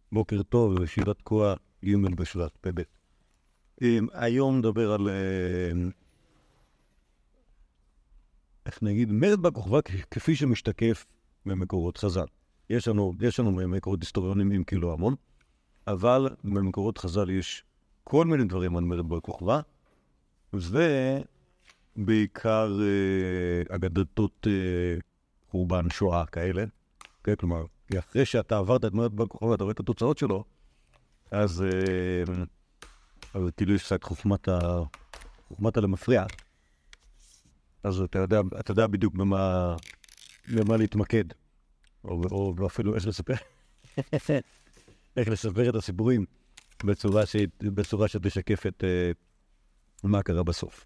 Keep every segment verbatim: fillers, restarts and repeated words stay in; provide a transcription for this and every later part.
בוקר טוב, ישיבת תקוע ג' בשבט פ"ב. היום נדבר על, איך נגיד, מרד בר כוכבא כפי שמשתקף במקורות חז"ל. יש לנו, יש לנו מקורות היסטוריונים עם כאילו המון, אבל במקורות חז"ל יש כל מיני דברים על מרד בר כוכבא, ובעיקר אה, אגדתות אה, חורבן שואה כאלה. כן, כלומר, אחרי שאתה עברת את מרד בר כוכבא ואתה רואה את התוצאות שלו, אז, אה, אז כאילו יש קצת חוכמת, ה... חוכמת למפריע. אז אתה יודע, אתה יודע בדיוק במה, במה להתמקד, או, או אפילו איך לספר, איך לספר את הסיפורים בצורה, ש... בצורה שתשקף את אה, מה קרה בסוף.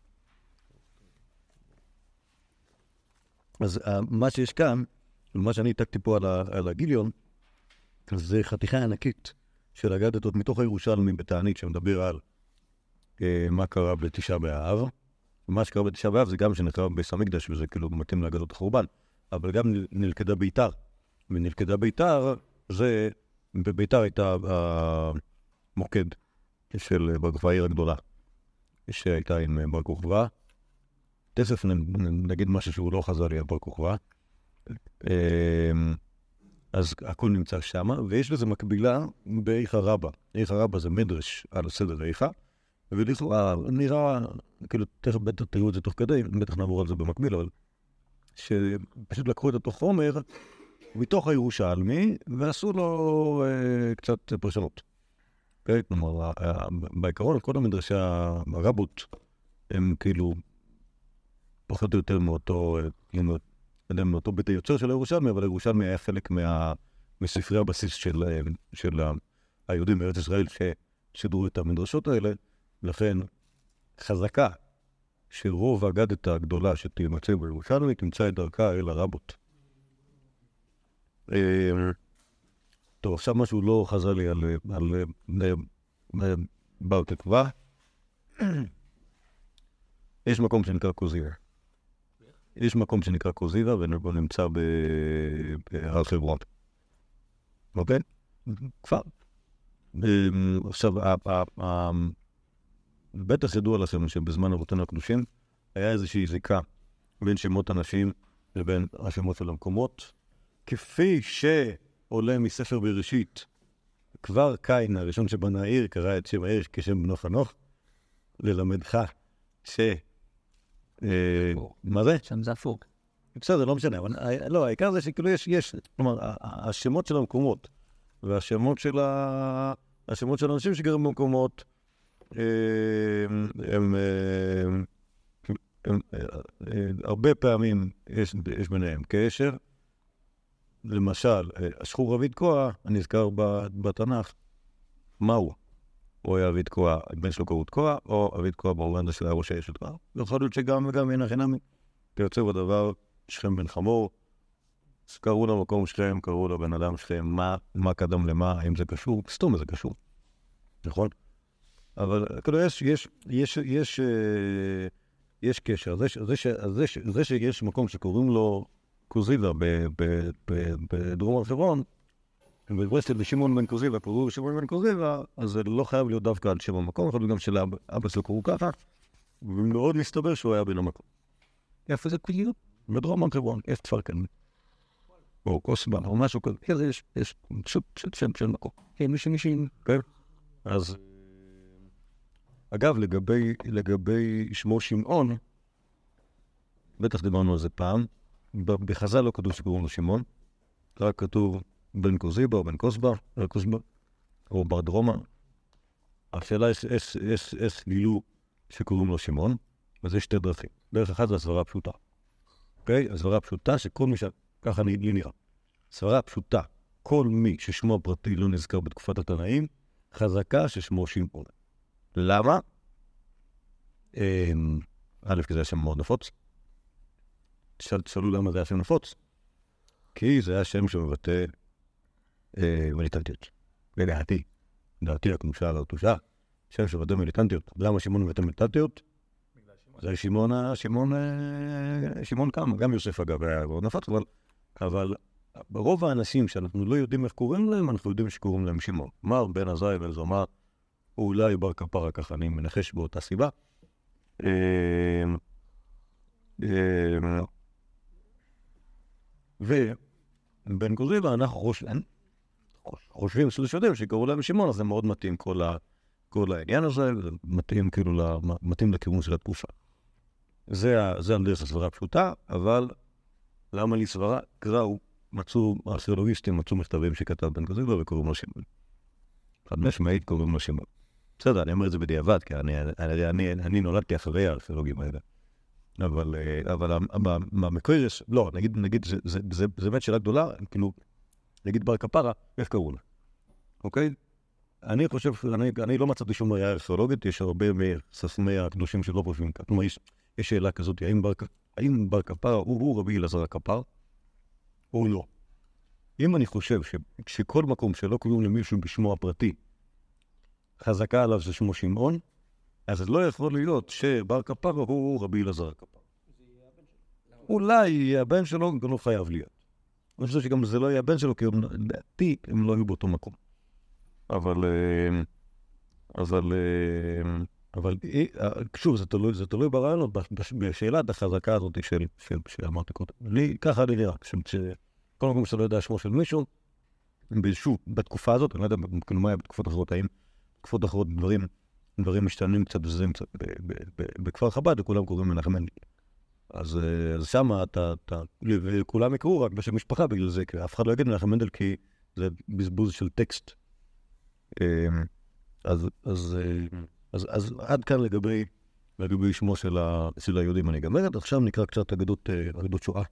אז אה, מה שיש כאן, ומה שאני העתקתי פה על, ה... על הגיליון, זה חתיכה ענקית של אגדתות מתוך הירושלמי בתענית שמדבר על אה, מה קרה בתשעה באב. מה שקרה בתשעה באב זה גם שנחרב בית המקדש, וזה כאילו מתאים לאגדות החורבן, אבל גם נלכדה ביתר. ונלכדה ביתר, זה, בביתר הייתה המוקד של בר כוכבא, העיר הגדולה, שהייתה עם בר כוכבא. תכף נגיד משהו שהוא לא חז"לי על בר כוכבא. אז הכל נמצא שם, ויש לזה מקבילה באיכה רבא. איכה רבא זה מדרש על הסדר איכה, ולכאורה נראה, כאילו תכף בטח תראו את זה תוך כדי, בטח נעבור על זה במקביל, אבל שפשוט לקחו את אותו חומר מתוך הירושלמי, ועשו לו אה, קצת פרשנות. כן? כלומר, בעיקרון, כל המדרשי הרבות הם כאילו פחות או יותר מאותו, כאילו, מאותו בית היוצר של הירושלמי, אבל הירושלמי היה חלק מה, מספרי הבסיס של, של היהודים בארץ ישראל ששידרו את המדרשות האלה. לכן חזקה שרוב האגדת הגדולה שתימצא בירושלמי תמצא את דרכה אל הרבות. טוב, עכשיו משהו לא חזר לי על, על, על בר כוכבא. יש מקום שנקרא כוזיבא. יש מקום שנקרא כוזיבא, והוא נמצא בהר חברון. אוקיי? כפר. עכשיו, בטח ידוע לכם שבזמן אבותינו הקדושים היה איזושהי זיקה בין שמות אנשים לבין השמות של המקומות, כפי שעולה מספר בראשית, כבר קין הראשון שבנה העיר קרא את שם העיר כשם בנו חנוך, ללמדך ש... מה זה? שם זה הפוך. בסדר, לא משנה, אבל לא, העיקר זה שכאילו יש, יש, כלומר, השמות של המקומות והשמות של ה... השמות של האנשים שגרים במקומות הם הרבה פעמים יש ביניהם קשר. למשל, השחור אבי תקוע, הנזכר בתנ"ך, מהו? או היה אבי תקוע, בן שלו קראו תקוע, או אבי תקוע ברואנדה של ראש העיר של תקוע. יכול להיות שגם וגם אין הכי נמי. כיוצא בדבר, שכם בן חמור, קראו למקום שכם, קראו לבן אדם שכם, מה, מה קדם למה, האם זה קשור? סתום זה קשור. נכון? אבל כאילו יש, יש, יש, יש, יש קשר. זה, זה, זה, זה שיש מקום שקוראים לו כוזיבא בדרום הר חברון, וברסלב לשמעון בן כוזיבא, קראו לשמעון בן כוזיבא, אז זה לא חייב להיות דווקא על שם המקום, יכול להיות גם של אבא שלו קראו ככה, ומאוד מסתבר שהוא היה בן המקום. איפה זה כאילו? בדרום הר חברון, יש כפר כאן. או כוסבא, או משהו כזה, יש, יש, פשוט שם של מקום. כן, מישהו מישהו... כן? אז... אגב, לגבי, לגבי שמו שמעון, בטח דיברנו על זה פעם, בחז"ל לא כתוב שקוראים לו שמעון, רק כתוב בן כוזיבא או בן כוסבא, או בר דרומה. השאלה איך גילו שקוראים לו שמעון, וזה שתי דרכים. דרך אחת זה הסברה פשוטה. אוקיי? הסברה פשוטה שכל מי ש... ככה נראה. הסברה פשוטה, כל מי ששמו הפרטי לא נזכר בתקופת התנאים, חזקה ששמו שמעון. למה? א', כי זה היה שם מאוד נפוץ. שאלו למה זה היה שם נפוץ. כי זה היה שם שמבטא מיליטנטיות. לדעתי, דעתי הקדושה על הרטושה, שם שמבטא מיליטנטיות. למה שמעון מבטא מיליטנטיות? זה שמעון, שמעון, שמעון כמה, גם יוסף אגב היה מאוד נפוץ, אבל, אבל ברוב האנשים שאנחנו לא יודעים איך קוראים להם, אנחנו יודעים שקוראים להם שמעון. מר בן עזאי בן זמר, או אולי בר כפרה, ככה אני מנחש באותה סיבה. ובן גוזיבה, אנחנו חושבים, חושבים שלשודעים שקראו להם שמעון, אז זה מאוד מתאים כל, ה, כל העניין הזה, זה מתאים כאילו, מתאים לכיוון של התקופה. זה, זה על דרך הסברה פשוטה, אבל למה לי סברה? קראו, מצאו, הארכיאולוגיסטים מצאו מכתבים שכתב בן גוזיבה וקוראים לו שמעון. חד משמעית קוראים לו שמעון. בסדר, אני אומר את זה בדיעבד, כי אני, אני, אני, אני נולדתי אחרי הארכיאולוגים האלה. אבל, אבל המקוירס, לא, נגיד, נגיד, זה, זה, זה, זה באמת שאלה גדולה, כאילו, נגיד בר כפרה, איך קראו לה? אוקיי? אני חושב, אני, אני לא מצאתי שום ראייה ארכיאולוגית, יש הרבה מספמי הקדושים שלא חושבים כך. כלומר, יש, יש שאלה כזאת, האם בר, האם בר כפרה הוא, הוא רבי אלעזר הכפר, או לא? אם אני חושב ש, שכל מקום שלא קוראים למישהו בשמו הפרטי, חזקה עליו זה שמו שמעון, אז לא יכול להיות שבר כפרה הוא רבי אלעזר הכפר. אולי יהיה הבן שלו, גם לא חייב להיות. אני חושב שגם זה לא יהיה הבן שלו, כי לדעתי הם לא היו באותו מקום. אבל, אבל, אבל, שוב, זה תלוי, זה תלוי ברעיונות, בשאלת החזקה הזאת של, של, שאמרתי קודם. לי, ככה לי נראה, שכל מקום שאתה לא יודע שמו של מישהו, שוב, בתקופה הזאת, אני לא יודע, כאילו מה היה בתקופות אחרות, האם בתקופות אחרות דברים, דברים משתנים קצת וזזים קצת בכפר חב"ד, וכולם קוראים מנחם מנדל. אז שם אתה, וכולם יקראו רק בשם משפחה בגלל זה, כי אף אחד לא יגיד מנחם מנדל, כי זה בזבוז של טקסט. אז, אז, אז, אז עד כאן לגבי, לגבי שמו של, ה, של היהודים אני גמרת. עכשיו נקרא קצת אגדות, אגדות שואה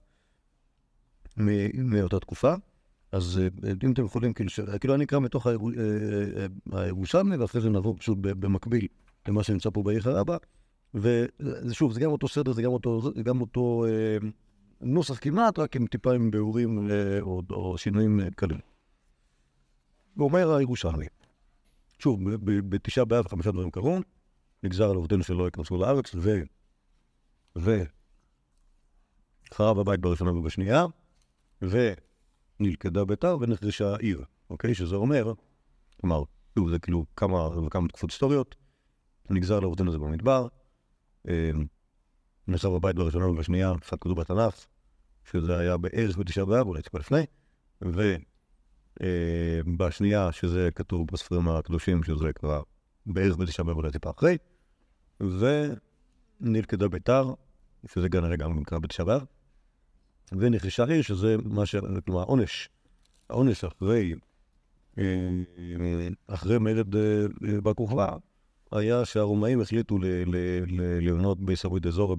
מאותה תקופה. אז אם אתם יכולים, כאילו, כאילו אני אקרא מתוך הירושלמי, ואחרי זה נעבור פשוט במקביל למה שנמצא פה בעיר הרבה. ושוב, זה גם אותו סדר, זה גם אותו, גם אותו אה, נוסח כמעט, רק עם טיפה עם ביאורים אה, או, או שינויים אה, קלים. ואומר הירושלמי, שוב, בתשעה באב חמישה דברים קרו, נגזר על עובדינו שלא יכנסו לארץ, ו... ו... חרב הבית בראשונה ובשנייה, ונלכדה ביתר ונחרישה העיר, אוקיי? שזה אומר, כלומר, שוב, זה כאילו כמה וכמה תקופות היסטוריות, נגזר על עובדינו זה במדבר, נחרב הבית בראשונה ובשנייה, פסקו בתנ"ך, שזה היה בערך בתשעה באב, אולי טיפה לפני, ובשנייה, שזה כתוב בספרים הקדושים, שזה כבר בערך בתשעה באב, אולי טיפה אחרי, ונלכדה ביתר, שזה גם הרגע נקרא בתשעה באב, ונחרישה העיר, שזה מה ש... כלומר, העונש, העונש אחרי, אחרי מרד בר כוכבא, היה שהרומאים החליטו לבנות ביסאוויד אזור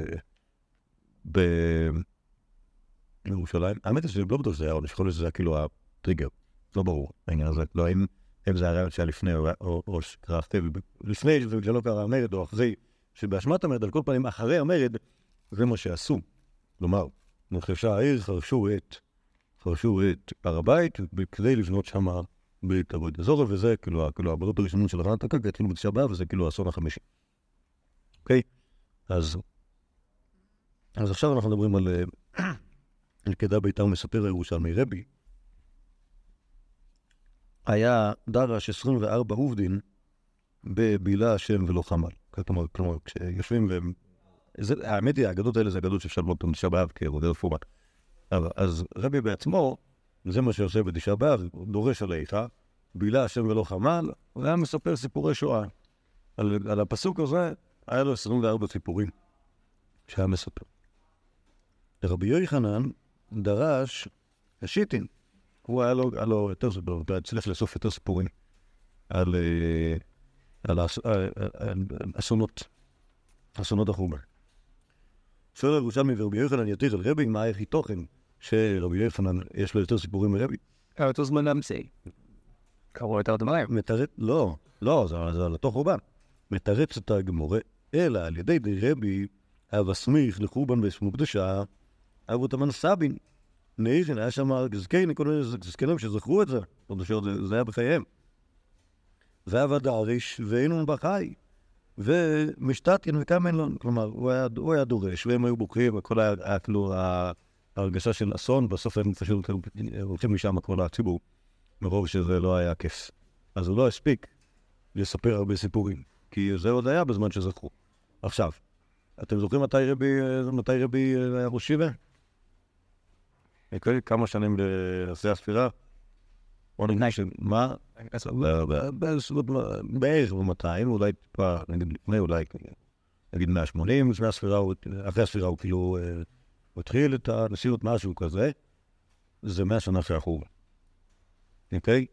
בירושלים. האמת היא שזה לא בטוח שזה היה עונש, יכול להיות שזה היה כאילו הטריגר, לא ברור העניין הזה. לא, אם זה הרעיון שהיה לפני או שקרה אחרי, לפני שזה לא קרה המרד או אחרי, שבאשמת המרד, על כל פנים אחרי המרד, זה מה שעשו. כלומר, נחרשה העיר, חרשו את, חרשו את הר הבית, כדי לבנות שם בהתאבוד אזור, וזה כאילו, כאילו, העבודות הראשונות של הכנת הקרקע התחילו בתשעה באב, וזה כאילו האסון החמישי. אוקיי? אז, אז עכשיו אנחנו מדברים על נלכדה ביתר. מספר הירושלמי רבי. היה דרש עשרים וארבע עובדין בבילה השם ולא חמל. כלומר, כלומר, כשיושבים ו... זה, האמת היא, האגדות האלה זה אגדות שאפשר ללמוד אותם בתשעה באב כעבודי פורמט. אז רבי בעצמו, זה מה שעושה בתשעה באב, דורש עליך, בילה השם ולא חמל, הוא היה מספר סיפורי שואה. על, על הפסוק הזה, היה לו עשרים וארבע סיפורים שהיה מספר. רבי יוחנן דרש השיטין, הוא היה לו, היה לו יותר סיפורים, הוא הצליח לאסוף יותר סיפורים על, על, על, על אסונות, אסונות החורבן. שואל הירושלמי ורבי יוחנן יתיר על רבי, מה הכי תוכן שרבי יוחנן יש לו יותר סיפורים מרבי? אותו זמן אמצעי. קראו יותר דברים. מתרץ, לא, לא, זה על אותו חורבן. מתרץ את הגמורה, אלא על ידי די רבי, אב הסמיך לחורבן בשמו קדושה, אבו תמן סבין. נעיכן, היה שם גזקנים, כל מיני גזקנים שזכרו את זה, זה היה בחייהם. ואב הדריש, ואינון בחי. ומשתתין וכמה אין לו, כלומר, הוא היה, הוא היה דורש, והם היו בוקרים, וכל היה, היה כאילו, ההרגשה של אסון, בסוף הם פשוט הולכים משם כל הציבור, מרוב שזה לא היה כיף. אז הוא לא הספיק לספר הרבה סיפורים, כי זה עוד היה בזמן שזכו. עכשיו, אתם זוכרים מתי רבי, מתי רבי היה ראש ישיבה? כמה שנים אחרי הספירה? מה? בערך ב-מאתיים, אולי טיפה, נגיד לפני, אולי נגיד מאה ושמונים, אחרי הספירה הוא כאילו התחיל את הנשיאות משהו כזה, זה מאה שנה אחרי החורבן. אוקיי?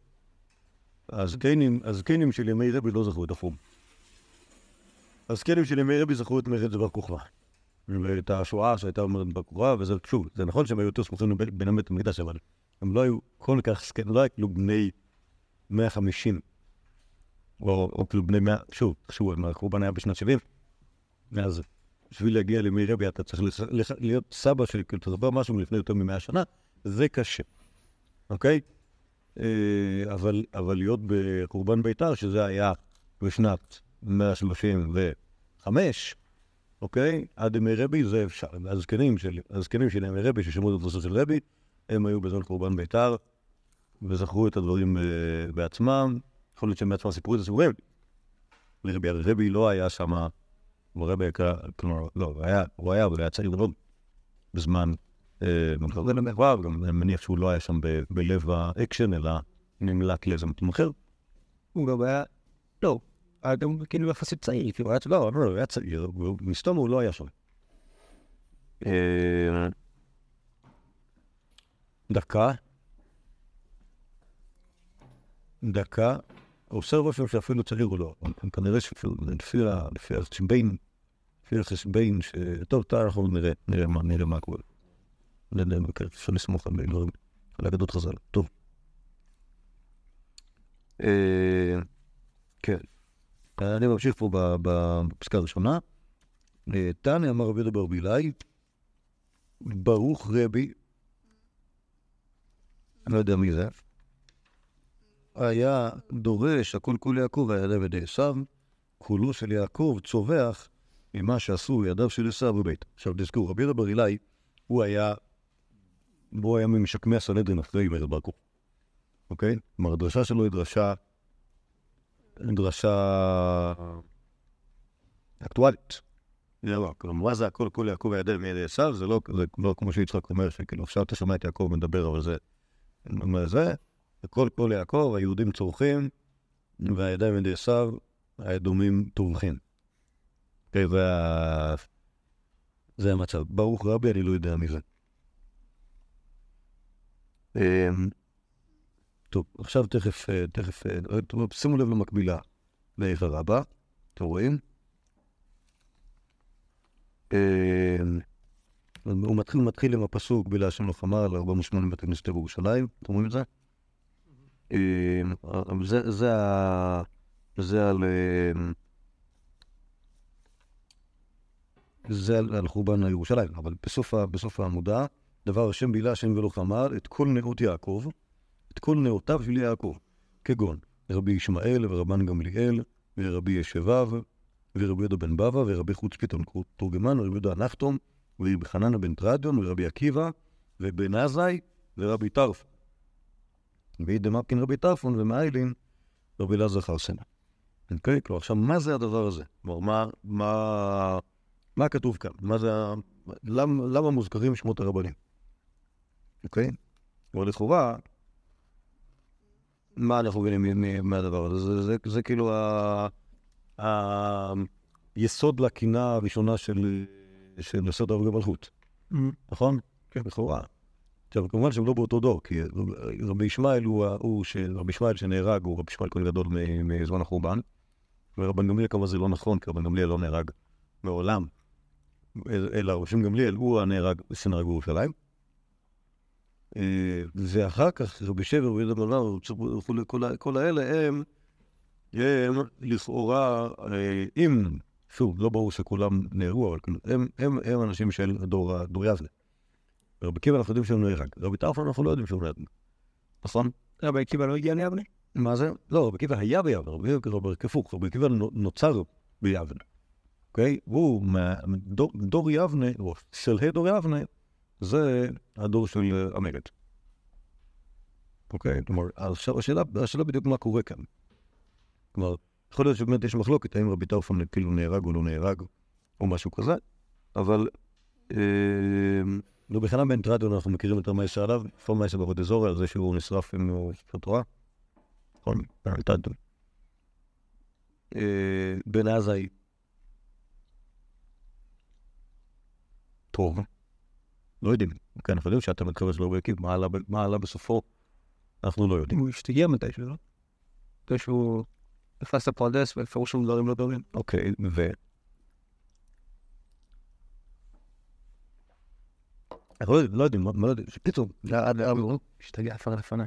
הזקנים של ימי רבי לא זכו את החורבן. הזקנים של ימי רבי זכו את מרד בר כוכבא. ואת השואה שהייתה במרד בר כוכבא, וזה שוב, זה נכון שהם היו יותר סמוכים בין בית המקדש, אבל הם לא היו כל כך זקנים, לא היו כאילו בני מאה וחמישים, או כאילו בני מאה, שוב, שוב, החורבן היה בשנת שבעים, אז בשביל להגיע לימי רבי אתה צריך להיות סבא של, כאילו, אתה זוכר משהו מלפני יותר ממאה שנה, זה קשה, אוקיי? אבל, אבל להיות בחורבן ביתר, שזה היה בשנת מאה שלושים וחמש, אוקיי? עד ימי רבי זה אפשר. הזקנים של, הזקנים של ימי רבי, ששמעו את הדרסות של רבי, הם היו בזמן חורבן ביתר, וזכרו את הדברים בעצמם. יכול להיות שהם בעצמם סיפרו את הסיפורים. לרבי, רבי לא היה שם, רבי יקרא, כלומר, לא, הוא היה, הוא היה, אבל היה צעיר מאוד בזמן, וגם אני מניח שהוא לא היה שם בלב האקשן, אלא נמלט לאיזה מקום אחר. הוא גם היה, לא, גם כאילו יחסית צעיר, כאילו, לא, הוא היה צעיר, ומסתום הוא לא היה שם. דקה, דקה, עושה רושם שאפילו צעיר הוא לא, כנראה שלפי החשבון, לפי החשבון, שטוב, אנחנו נראה, נראה מה, נראה מה קורה. אפשר לסמוך על דברים, על אגדות חז"ל. טוב. כן. אני ממשיך פה בפסקה הראשונה. תניא אמר רבי יהודה בר בילעאי, ברוך רבי, אני לא יודע מי זה, היה דורש, הכל כול יעקב והידיו ידי עשיו, כולו של יעקב צווח ממה שעשו ידיו של עשיו בבית. עכשיו תזכרו, רבי יהודה בר בילעאי, הוא היה בו היה ממשקמי הסנהדרין אחרי מרד בר כוכבא. אוקיי? כלומר, הדרשה שלו היא דרשה, דרשה אקטואלית. כלומר, מה זה הכל כול יעקב והידיו ידי עשיו? זה לא כמו שיצחק אומר, שכאילו, עכשיו אתה שומע את יעקב מדבר, אבל זה, זה, הכל כול יעקב, היהודים צורכים, והידיים ידי עשיו, האדומים טורחים. אוקיי, זה המצב. ברוך רבי, אני לא יודע מי זה. טוב, עכשיו תכף, תכף, שימו לב למקבילה לאיכה רבה, אתם רואים? הוא מתחיל, מתחיל עם הפסוק בלה שם לוחמה על ארבעים ושמונה בתי כנסת בירושלים, אתם רואים את זה? זה, זה, זה על, זה על, על חורבן ירושלים, אבל בסוף, בסוף העמודה, דבר השם בילה השם ולוחמה את כל נאות יעקב, את כל נאותיו של יעקב, כגון רבי ישמעאל ורבן גמליאל ורבי ישבב ורבי יהודה בן בבא ורבי חוץ פיתון תורגמן ורבי יהודה הנחתום ורבי חננה בן טרדיון ורבי עקיבא ובן עזאי ורבי טרפון. וידמפקין רבי טרפון ומאיילין רבי אלעזר חרסנה. אוקיי? כלומר, עכשיו, מה זה הדבר הזה? כלומר, מה, מה, מה כתוב כאן? מה זה, למה, למה מוזכרים שמות הרבנים? אוקיי? אבל לכאורה, מה אנחנו מבינים מהדבר הזה? זה, זה, זה, זה כאילו היסוד לקינה הראשונה של, של יסוד הרב מלכות. נכון? כן, לכאורה. עכשיו, כמובן שהם לא באותו דור, כי רבי ישמעאל הוא, הוא ש... רבי ישמעאל שנהרג, הוא רבי ישמעאל כהן גדול מזמן החורבן, ורבן גמליאל כמובן זה לא נכון, כי רבן גמליאל לא נהרג מעולם, אלא רבי שמעון גמליאל הוא הנהרג שנהרג בירושלים, ואחר כך רבי שבר ורבי יהודה בן בבא, כל, כל האלה הם, הם לכאורה, אם, שוב, לא ברור שכולם נהרגו, אבל הם, הם, הם אנשים של דור, דור יבנה. רבי עקיבא אנחנו יודעים שהוא נהרג, רבי טרפון אנחנו לא יודעים שהוא נהרג. נכון? רבי עקיבא לא הגיע ליבנה? מה זה? לא, רבי עקיבא היה ביבנה, רבי עקיבא כפוך, רבי עקיבא נוצר ביבנה. אוקיי? הוא, דור יבנה, או שלהי דור יבנה, זה הדור של המרד. אוקיי? כלומר, עכשיו השאלה, השאלה בדיוק מה קורה כאן. כלומר, יכול להיות שבאמת יש מחלוקת, האם רבי טרפון כאילו נהרג או לא נהרג, או משהו כזה, אבל לא בכלל בין טרדיון אנחנו מכירים את המייסה עליו, פור מייסה ברות אזורי, על זה שהוא נשרף עם ספר תורה. נכון, טרדיון. בן עזאי. טוב. לא יודעים. כן, אנחנו יודעים שאתה מתכוון שלא בהקיב, מה עלה בסופו? אנחנו לא יודעים. הוא השתגע מתישהו, לא? מתישהו נפס לפרדס והפרו שם דברים לא דברים. אוקיי, ו... אנחנו לא יודעים, מה לא יודעים, שפיצור, עד ארבו, השתגע אפשר לפני.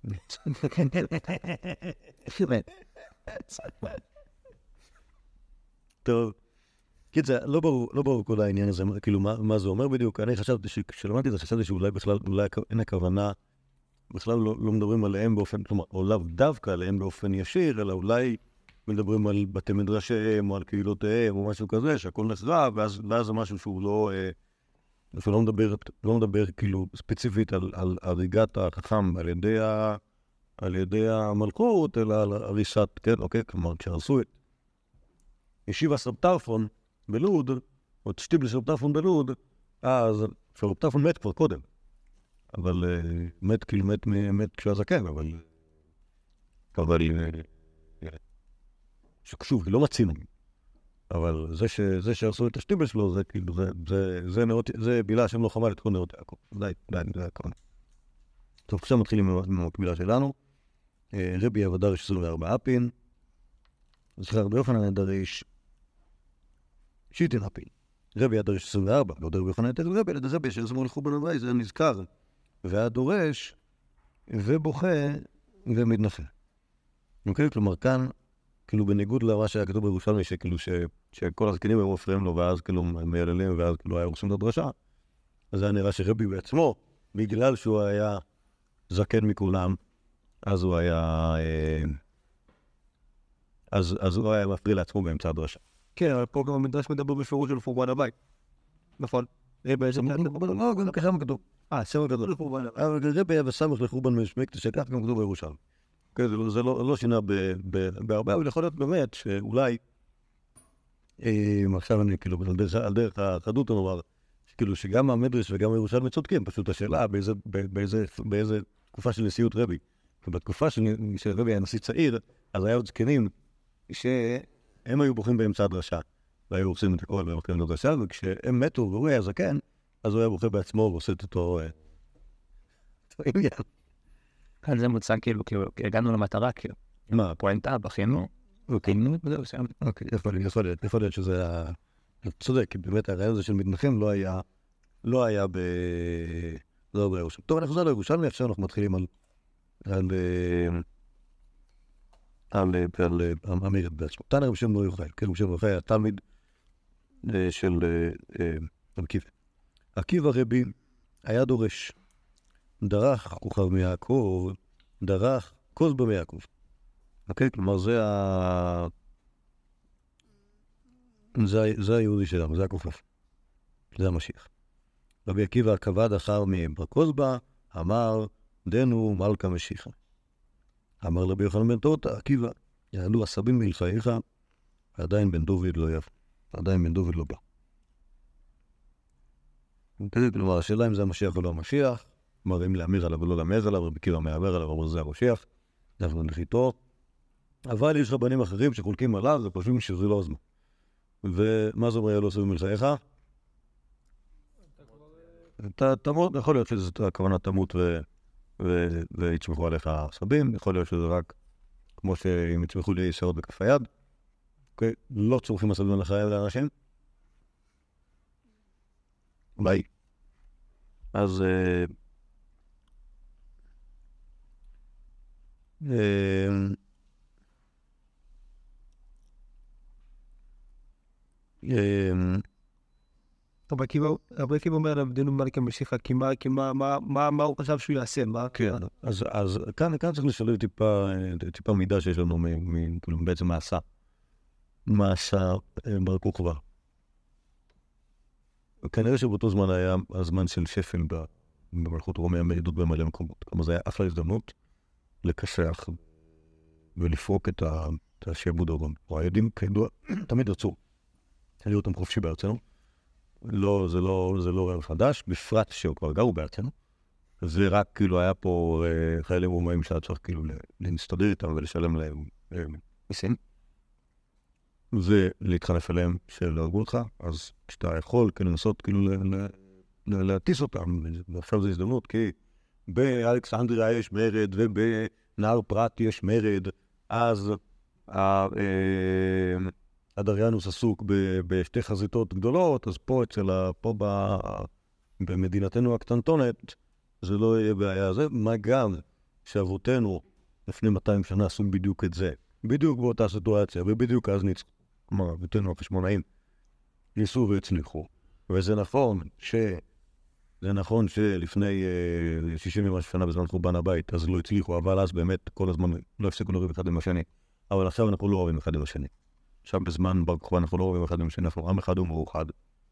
טוב, קיצר, לא ברור, לא ברור כל העניין הזה, כאילו, מה זה אומר בדיוק. אני חשבתי, כשלמדתי את זה, חשבתי שאולי בכלל, אולי אין הכוונה, בכלל לא מדברים עליהם באופן, כלומר, או לאו דווקא עליהם באופן ישיר, אלא אולי מדברים על בתי מדרשיהם, או על קהילותיהם, או משהו כזה, שהכל נחרב, ואז זה משהו שהוא לא... שלא מדבר, לא מדבר כאילו ספציפית על, על הריגת החכם על ידי, ה, על ידי המלכות, אלא על הריסת, כן, אוקיי? כלומר, כשהרסו את ישיבה סרפטרפון בלוד, או את שטיבל סרפטרפון בלוד, אז סרפטרפון מת כבר קודם. אבל uh, מת, כאילו מת, מת כשהוא זקן, אבל... אבל... שוב, לא מצינו. אבל זה ש זה שעשו את השטיבל שלו, זה כאילו, זה, זה, זה נאות, זה בילה שהם לא חמל את כל נאות יעקב. די, די, די, הכל. טוב, עכשיו מתחילים עם המקבילה שלנו. רבי אבא דריש עשרים וארבע אפין. זכר רבי יוחנן דריש שיטין אפין. רבי אבא דריש עשרים וארבע, לא רבי יוחנן דריש רבי, אלא רבי שעזמו לחורבן הבית, זה נזכר. והיה דורש, ובוכה, ומתנחה. אוקיי? כלומר, כאן, כאילו בניגוד למה שהיה כתוב בירושלמי, שכאילו ש... שכל הזקנים היו מפריעים לו, ואז כאילו מייללים, ואז כאילו היה רושם את הדרשה, אז היה נראה שרבי בעצמו, בגלל שהוא היה זקן מכולם, אז הוא היה... אז, אז הוא היה מפריע לעצמו באמצע הדרשה. כן, אבל פה גם המדרש מדבר בפירוש של חורבן הבית. נכון. רבי איזה... לא, גם ככה כתוב. אה, סמך גדול לחורבן הבית. אבל רבי היה וסמך לחורבן משמקת, שכך גם כתוב בירושלמי. כן, זה לא, זה לא, לא שינה בהרבה, אבל יכול להיות באמת שאולי, עכשיו אני כאילו, על דרך, על דרך החדות נאמר, כאילו שגם המדרש וגם הירושלמי צודקים, פשוט השאלה באיזה, באיזה, באיזה תקופה של נשיאות רבי. ובתקופה של, של רבי היה נשיא צעיר, אז היה עוד זקנים שהם היו בוכים באמצע הדרשה, והיו עושים את הכל במקרים לדרשה, וכשהם מתו והוא היה זקן, אז הוא היה בוכה בעצמו ועושה את אותו עניין. כאן זה מוצא כאילו, הגענו למטרה, כאילו. מה? פואנטה, בכינו. וכינו, וזהו, סיימנו. אוקיי, יכול להיות שזה... צודק, כי באמת הרעיון הזה של מתנחם לא היה... לא היה ב... לא בירושלמי. טוב, אנחנו חוזרים לירושלמי, עכשיו אנחנו מתחילים על... על... על... על... המרד בעצמו. תנא רבי שמעון בר יוחאי, כן, רבי שמעון בר יוחאי היה תלמיד של עקיבא. עקיבא רבי היה דורש. דרך כוכב מיעקב, דרך כוסבא מיעקב. אוקיי? כלומר, זה ה... זה, זה היהודי שלנו, זה הכוכב. זה המשיח. רבי עקיבא כבד אחר מבר כוסבא, אמר, דנו מלכה משיחה. אמר רבי יוחנן בן תורתא, עקיבא, יעלו עשבים מלחייך, ועדיין בן דוד לא יבוא. עדיין בן דוד לא בא. כלומר, השאלה אם זה המשיח או לא המשיח, כלומר, אם להמיר עליו ולא למז עליו, רבי עקיבא מעבר עליו, אבל זה המשיח, אנחנו נלך איתו. אבל יש רבנים אחרים שחולקים עליו, וחושבים שזה לא הזמן. ומה זה אומר, יעלו עשבים מלחייך? אתה תמות, יכול להיות שזאת הכוונה תמות ויצמחו עליך עשבים, יכול להיות שזה רק כמו שהם יצמחו לי שערות בכף היד. אוקיי? לא צורכים עשבים על החיים לאנשים. ביי. אז... רבי עקיבא אומר עליו דנו מלכה משיחה, כי מה הוא חשב שהוא יעשה? כן, אז כאן צריך לשלב טיפה מידע שיש לנו בעצם מעשה. מעשה בר כוכבא. כנראה שבאותו זמן היה הזמן של שפל במלכות רומי, המרידות במלא מקומות. כלומר, זה היה אחלה הזדמנות לקשח ולפרוק את השעבוד הרומי. היהודים כידוע תמיד רצו להיות אותם חופשי בארצנו. לא, זה לא, זה לא רעיון חדש, בפרט שהוא כבר גרו בארצנו. זה רק כאילו היה פה חיילים רומאים שהיה צריך כאילו להסתדר איתם ולשלם להם מיסים. ולהתחנף אליהם שלא הרגו אותך, אז כשאתה יכול כאילו לנסות כאילו להטיס אותם, ועכשיו זו הזדמנות, כי באלכסנדריה יש מרד ובנהר פרת יש מרד, אז אדריאנוס עסוק בשתי חזיתות גדולות, אז פה אצל, פה במדינתנו הקטנטונת, זה לא יהיה בעיה. זה מה גם שאבותינו לפני מאתיים שנה עשו בדיוק את זה, בדיוק באותה סיטואציה, ובדיוק אז ניצחו. כלומר, אבותינו החשמונאים ניסו והצליחו. וזה נכון ש... זה נכון שלפני שישים ומשהו שנה בזמן חורבן הבית, אז לא הצליחו, אבל אז באמת כל הזמן לא הפסיקו לריב אחד עם השני. אבל עכשיו אנחנו לא אוהבים אחד עם השני. עכשיו בזמן בר כוכבא אנחנו לא אוהבים אחד עם השני, אנחנו עם אחד ומאוחד.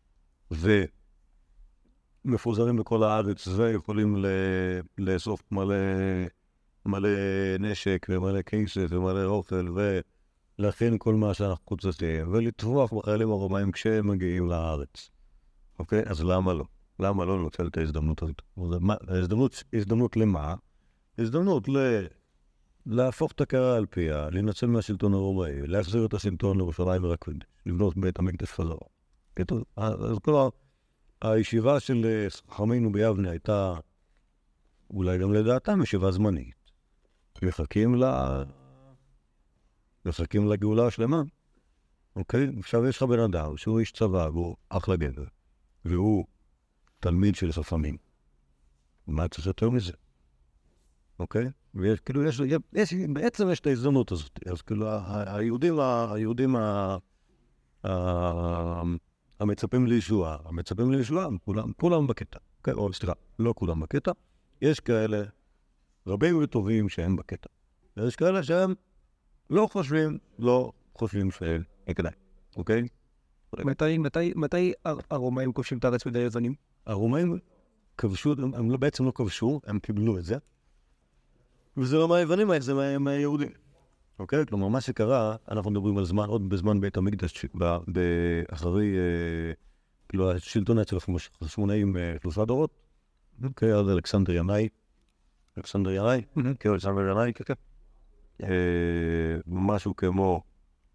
ומפוזרים בכל הארץ, ויכולים ל... לאסוף מלא... מלא נשק ומלא כסף ומלא אוכל, ולהכין כל מה שאנחנו רוצים, ולטבוח בחיילים הרומאים כשהם מגיעים לארץ. אוקיי? אז למה לא? למה לא לנצל את ההזדמנות הזאת? ההזדמנות, הזדמנות למה? הזדמנות ל... להפוך את הקערה על פיה, לנצל מהשלטון הרומאי, להחזיר את השלטון לירושלים ורקווידש, לבנות בית המקדש חזרה. אז כלומר, הישיבה של חכמינו ביבנה הייתה, אולי גם לדעתם, ישיבה זמנית. מחכים ל... מחכים לגאולה השלמה. אוקיי? עכשיו יש לך בן אדם שהוא איש צבא, והוא אחלה גבר, והוא תלמיד של חכמים. מה צריך יותר מזה? אוקיי? ויש, כאילו, יש, יש, בעצם יש את ההזדמנות הזאת. אז כאילו, היהודים, היהודים ה... המצפים לישועה, המצפים לישועה, כולם, כולם בקטע. אוקיי? או סליחה, לא כולם בקטע. יש כאלה רבים וטובים שהם בקטע. ויש כאלה שהם לא חושבים, לא חושבים שהם כדאי. אוקיי? מתי, מתי, מתי הרומאים כובשים את הארץ בידי היוונים? הרומאים כבשו, הם, הם בעצם לא כבשו, הם קיבלו את זה. וזה לא מהיוונים, זה מהיהודים. אוקיי? כלומר, מה שקרה, אנחנו מדברים על זמן, עוד בזמן בית המקדש, באחרי, כאילו, השלטון אצל החשמונאים שלושה דורות. אוקיי, אז אלכסנדר ינאי. אלכסנדר ינאי? כן, אלכסנדר ינאי, כן, כן. משהו כמו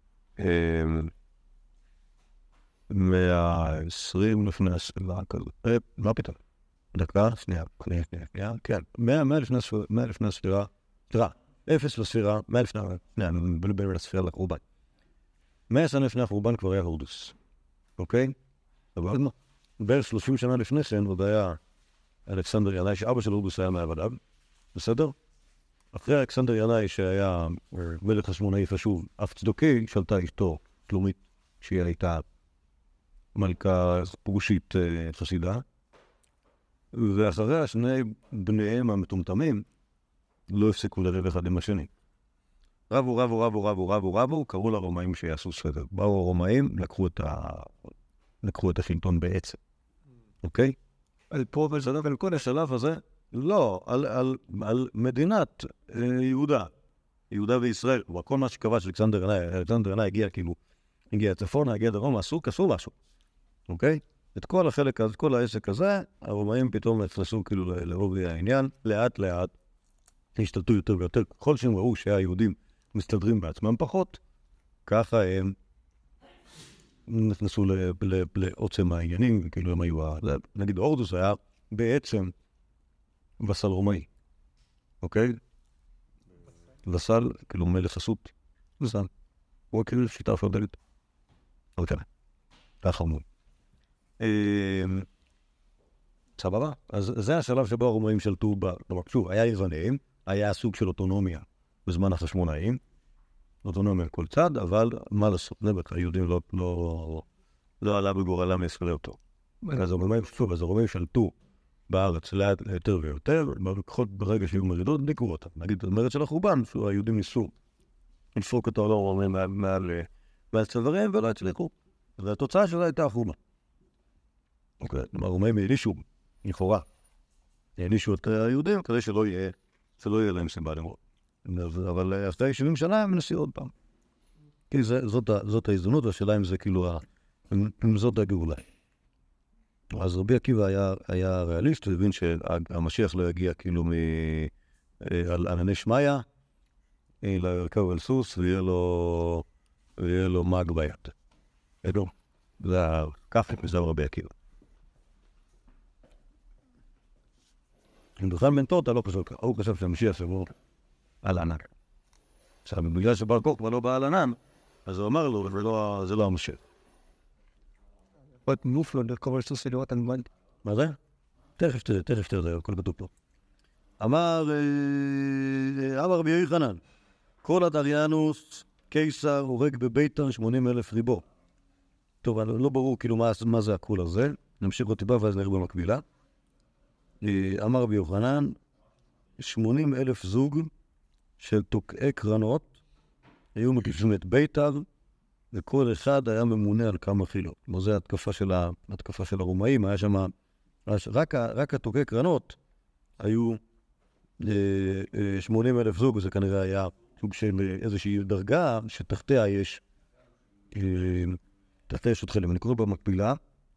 מאה ועשרים לפני הספירה כזה. מה פתאום? דקה, שנייה, שנייה, שנייה, כן. מאה לפני הספירה, תראה, אפס לספירה, מאה לפני, שנייה, אני מבלבל לספירה לחורבן. מאה שנה לפני החורבן כבר היה הורדוס, אוקיי? אבל בערך שלושים שנה לפני כן עוד היה אלכסנדר ינאי, שאבא של הורדוס היה מעבדיו, בסדר? אחרי אלכסנדר ינאי שהיה מלך חשמונאי חשוב, אף צדוקי, שלטה אשתו, שלומית, שהיא הייתה מלכה פרושית חסידה, ואחריה שני בניהם המטומטמים לא הפסיקו לריב אחד עם השני. רבו, רבו, רבו, רבו, רבו, רבו, קראו לרומאים שיעשו סדר. באו הרומאים, לקחו את ה... לקחו את השלטון בעצם. אוקיי? על פה ולשלב, על כל השלב הזה, לא, על, על, על מדינת אה, יהודה. יהודה וישראל. כל מה שקבע של אלכסנדר ינאי, אלכסנדר ינאי הגיע כאילו, הגיע צפונה, הגיע דרומה, עשו, קשור משהו. אוקיי? את כל החלק הזה, כל העסק הזה, הרומאים פתאום נכנסו כאילו לרובי העניין, לאט לאט השתלטו יותר ויותר. ככל שהם ראו שהיהודים מסתדרים בעצמם פחות, ככה הם נכנסו לעוצם העניינים, וכאילו הם היו, נגיד הורדוס היה בעצם וסל רומאי, אוקיי? וסל, כאילו מלך חסות, וסל. הוא כאילו שיטה פרדלית. אוקיי, ככה אומרים. סבבה? אז זה השלב שבו הרומאים שלטו ב... שוב, היה יוונים, היה סוג של אוטונומיה בזמן החשמונאים, אוטונומיה כל צד, אבל מה לעשות, נבט, היהודים לא, לא, לא עלה בגורלם להסכלה אותו. אז הרומאים, שוב, אז הרומאים שלטו בארץ לאט יותר ויותר, לפחות ברגע שהיו מרידות, ניקרו אותם. נגיד, במרד של החורבן, היהודים ניסו לפרוק את העולם הרומאים מעל צוואריהם ולא הצליחו. והתוצאה שלה הייתה החורבן. הרומאים הענישו, לכאורה, הענישו את היהודים כדי שלא יהיה, שלא יהיה להם סיבה למרוד. אבל אחרי שבעים שנה הם מנסים עוד פעם. כי זאת ההזדמנות, והשאלה אם זה כאילו, אם זאת הגאולה. אז רבי עקיבא היה ריאליסט, הוא הבין שהמשיח לא יגיע כאילו על ענני שמיא, אלא ירכב על סוס ויהיה לו, ויהיה לו מאג ביד. אלו, זה ככה מזם רבי עקיבא. אם בכלל מנטורתא לא חשב ככה, הוא חשב שהמשיח שבו על ענן. עכשיו, בגלל שבר כוכבא לא בא על ענן, אז הוא אמר לו, זה לא המשיח. עוד נוף לו לרכוב על סוס ולראות הנמד. מה זה? תכף תראה, תכף תראה, הכל כתוב פה. אמר, אמר רבי יוחנן, כל הדריאנוס קיסר הורג בביתר שמונים אלף ריבו. טוב, לא ברור כאילו מה, מה זה הכול הזה. נמשיך עוד טיפה ואז נראה במקבילה. אמר רבי יוחנן, שמונים אלף זוג של תוקעי קרנות היו מקיפים את ביתר, וכל אחד היה ממונה על כמה חילות. כמו זה התקפה של, ה... התקפה של הרומאים, היה שם... רק, ה... רק התוקעי קרנות היו שמונים אלף זוג, וזה כנראה היה סוג של איזושהי דרגה שתחתיה יש... תחתיה יש עוד חלם. אני קורא במקבילה.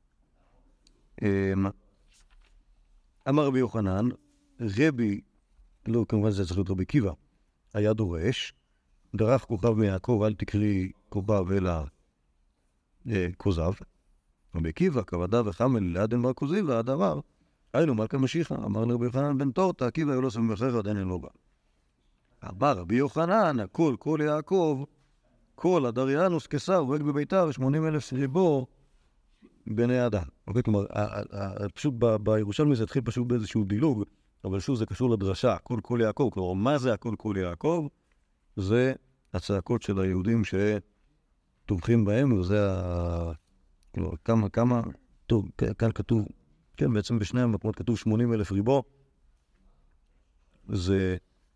אמר רבי יוחנן, רבי, לא, כמובן זה צריך להיות רבי עקיבא, היה דורש, דרך כוכב מיעקב, אל תקרי כוכב אלא כוזב. רבי עקיבא, כבדה וחמל, לידן בר כוזיב, ועד אמר, היינו מלכה משיחה, אמר לרבי יוחנן בן תורתא, עקיבא יולוס ומחר, עדיין אין לו בא. אמר רבי יוחנן, הכל, כל יעקב, כל הדריאנוס קיסר, הורג בביתר, שמונים אלף ריבו, בני אדם. אוקיי, כלומר, פשוט בירושלמי זה התחיל פשוט באיזשהו דילוג, אבל שוב זה קשור לדרשה, כל כל יעקב. כלומר, מה זה הכל כל יעקב? זה הצעקות של היהודים שתומכים בהם, וזה ה... כלומר, כמה, כמה... טוב, כאן כתוב, כן, בעצם בשני המקומות כתוב שמונים אלף ריבו. זה...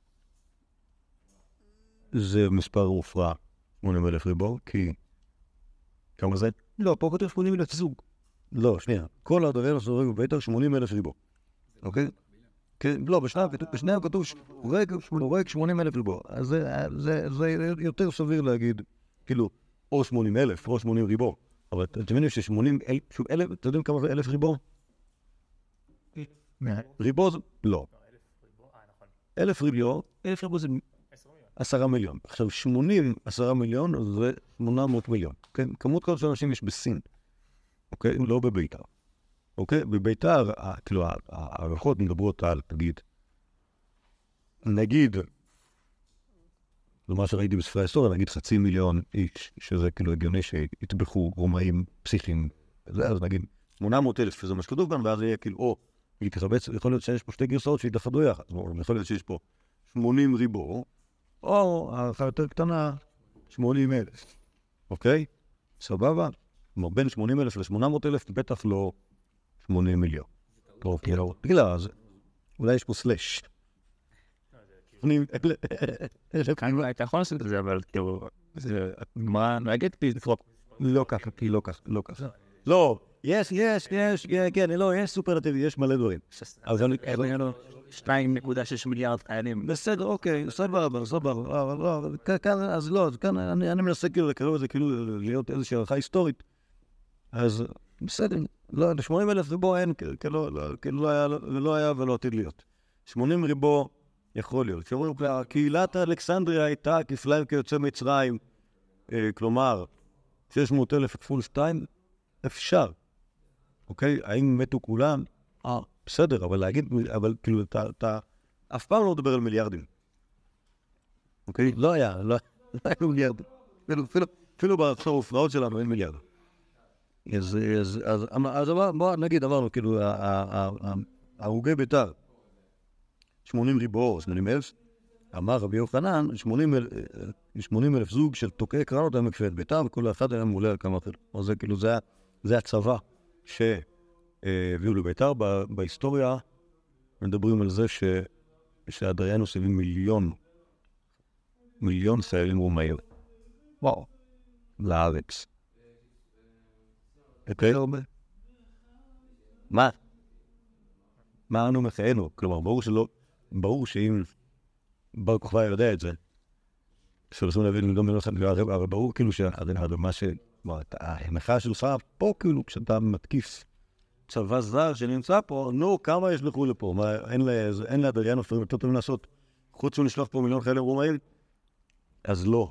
זה מספר מופרע, שמונים אלף ריבו, כי... כמה זה? לא, פה כתוב שמונים אלף זוג. לא, שנייה. כל הדריאנוס הורג בביתר שמונים אלף ריבו. אוקיי? כן, לא, בשניהם כתוב הורג שמונים אלף ריבו. אז זה יותר סביר להגיד, כאילו, או שמונים אלף, או שמונים ריבו. אבל אתם מבינים ש-שמונים אלף, אתם יודעים כמה זה אלף ריבו? ריבו זה... לא. אלף ריבו, אלף ריבו זה עשרה מיליון. עכשיו, שמונים, עשרה מיליון, זה שמונה מאות מיליון. כן? כמות כל של אנשים יש בסין. אוקיי? לא בביתר. אוקיי? בביתר, כאילו, הערכות מדברות על, תגיד, נגיד, זה מה שראיתי בספרי ההיסטוריה, נגיד חצי מיליון איש, שזה כאילו הגיוני שהתבחו רומאים פסיכיים, אז נגיד שמונה מאות אלף, שזה מה שכתוב כאן, ואז יהיה כאילו, או, להתחבץ, יכול להיות שיש פה שתי גרסאות שהתאחדו יחד, יכול להיות שיש פה שמונים ריבו, או הערכה יותר קטנה, שמונים אלף, אוקיי? סבבה? כלומר, בין שמונים אלף ל-שמונה מאות אלף, בטח לא שמונים מיליון. טוב, כאילו, תגילה, אז אולי יש פה סלש. אתה יכול לעשות את זה, אבל כאילו, זה גמרא נוהגת לפרוק. לא ככה, כי לא ככה, לא ככה. לא, יש, יש, יש, כן, לא, יש סופרלטיבי, יש מלא דברים. אבל היה לו שתיים נקודה שש מיליארד חיילים. בסדר, אוקיי, סבבה, סבבה, אבל כאן, אז לא, כאן אני מנסה כאילו לקרוא את זה, כאילו להיות איזושהי ערכה היסטורית. אז בסדר, לא, שמונים אלף ריבו אין, כאילו לא היה ולא עתיד להיות. שמונים ריבו יכול להיות. קהילת אלכסנדריה הייתה כפליים כיוצא מצרים, כלומר, שש מאות אלף כפול שתיים, אפשר. אוקיי? האם מתו כולם? אה, בסדר, אבל להגיד, אבל כאילו, אתה אף פעם לא מדבר על מיליארדים. אוקיי? לא היה, לא היה מיליארדים. אפילו בהופעות שלנו אין מיליארדים. אז בוא נגיד, אמרנו, כאילו, הרוגי ביתר, שמונים ריבו, שמונים אלף, אמר רבי יוחנן, שמונים אלף זוג של תוקעי קרנות היה מקפה את ביתר, וכל אחד היה מעולה על כמה אחרים. אז זה כאילו, זה הצבא שהביאו לביתר. בהיסטוריה מדברים על זה שהדריאנוס הביא מיליון, מיליון חיילים רומאים. וואו. לארץ. אוקיי? מה? מה אנו מחיינו? כלומר, ברור שלא, ברור שאם בר כוכבא יודע את זה, שרצו להביא ללמדום מלאכת, אבל ברור כאילו שהמה ש... ההנחה שלך פה, כאילו, כשאתה מתקיף צבא זר שנמצא פה, נו, כמה ישלחו לפה? מה, אין לאדריאנוס יותר טובים לעשות, חוץ מלשלוח פה מיליון חיילים רומאים? אז לא.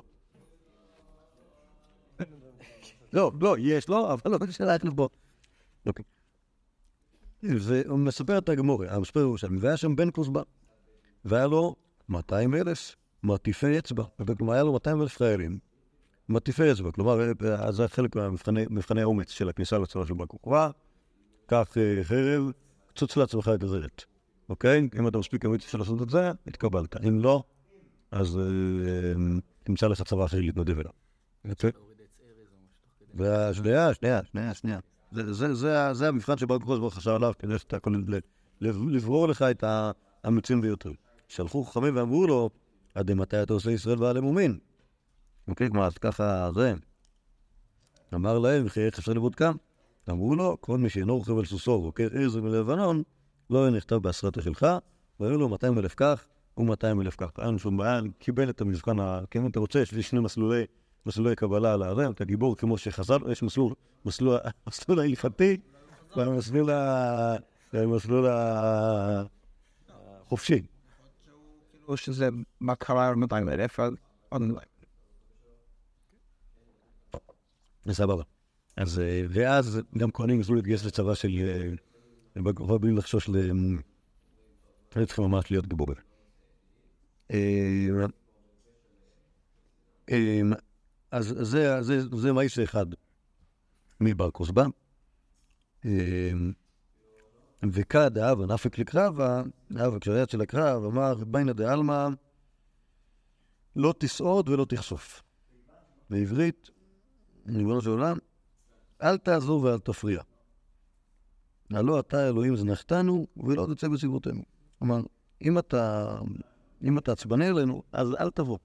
לא, לא, יש לו, אבל לא, שאלה איך לבוא. אוקיי. והוא מספר את הגמורה, המספר ירושלמי, והיה שם בן כוסבא, והיה לו מאתיים אלף מטיפי אצבע, כלומר, היה לו מאתיים אלף חיילים, מטיפי אצבע, כלומר, זה חלק מהמבחני האומץ של הכניסה לצבא של בר כוכבא, קח חרב, קצוץ לעצמך את הזרת, אוקיי? אם אתה מספיק אמיץ של לעשות את זה, התקבלת. אם לא, אז תמצא לך צבא אחרי להתנדב אליו. יפה? והשנייה, שנייה, שנייה, שנייה. זה המבחן שבר כוכבא חשב עליו, כדי שאתה יכול לברור לך את האמיצים ביותר. שלחו חכמים ואמרו לו, עד מתי אתה עושה ישראל ועל אמומין? אוקיי, כלומר, אז ככה זה. אמר להם, וכי איך אפשר לבודקם? אמרו לו, כל מי שאינו רוכב על סוסו ועוקר עז מלבנון, לא נכתב בעשרת שלך, והיו לו מאתיים אלף כך ו-מאתיים אלף כך. היה לנו שום בעיה, קיבל את המבחן, אם אתה רוצה, יש לי שני מסלולי, מסלולי קבלה על הערם, אתה גיבור כמו שחזר, יש מסלול, מסלול, מסלול ההלכתי, והמסלול ה... המסלול החופשי. או שזה מה קרה מאתיים אלף, אז אונליין. סבבה. אז, ואז גם כהנים יוכלו להתגייס לצבא של בר כוכבא בלי לחשוש ל... אני צריכים ממש להיות גיבורים. אז זה, זה, זה מאיש אחד מבר כוכבא. וכד האב הנפק לקרבה, האב כשהיד של הקרב, אמר בינה דעלמא, לא תסעוד ולא תחשוף. בעברית, ריבונו של עולם, אל תעזור ואל תפריע. הלא אתה אלוהים זנחתנו ולא תצא בסביבותינו. כלומר, אם אתה, אם אתה עצבני אלינו, אז אל תבוא.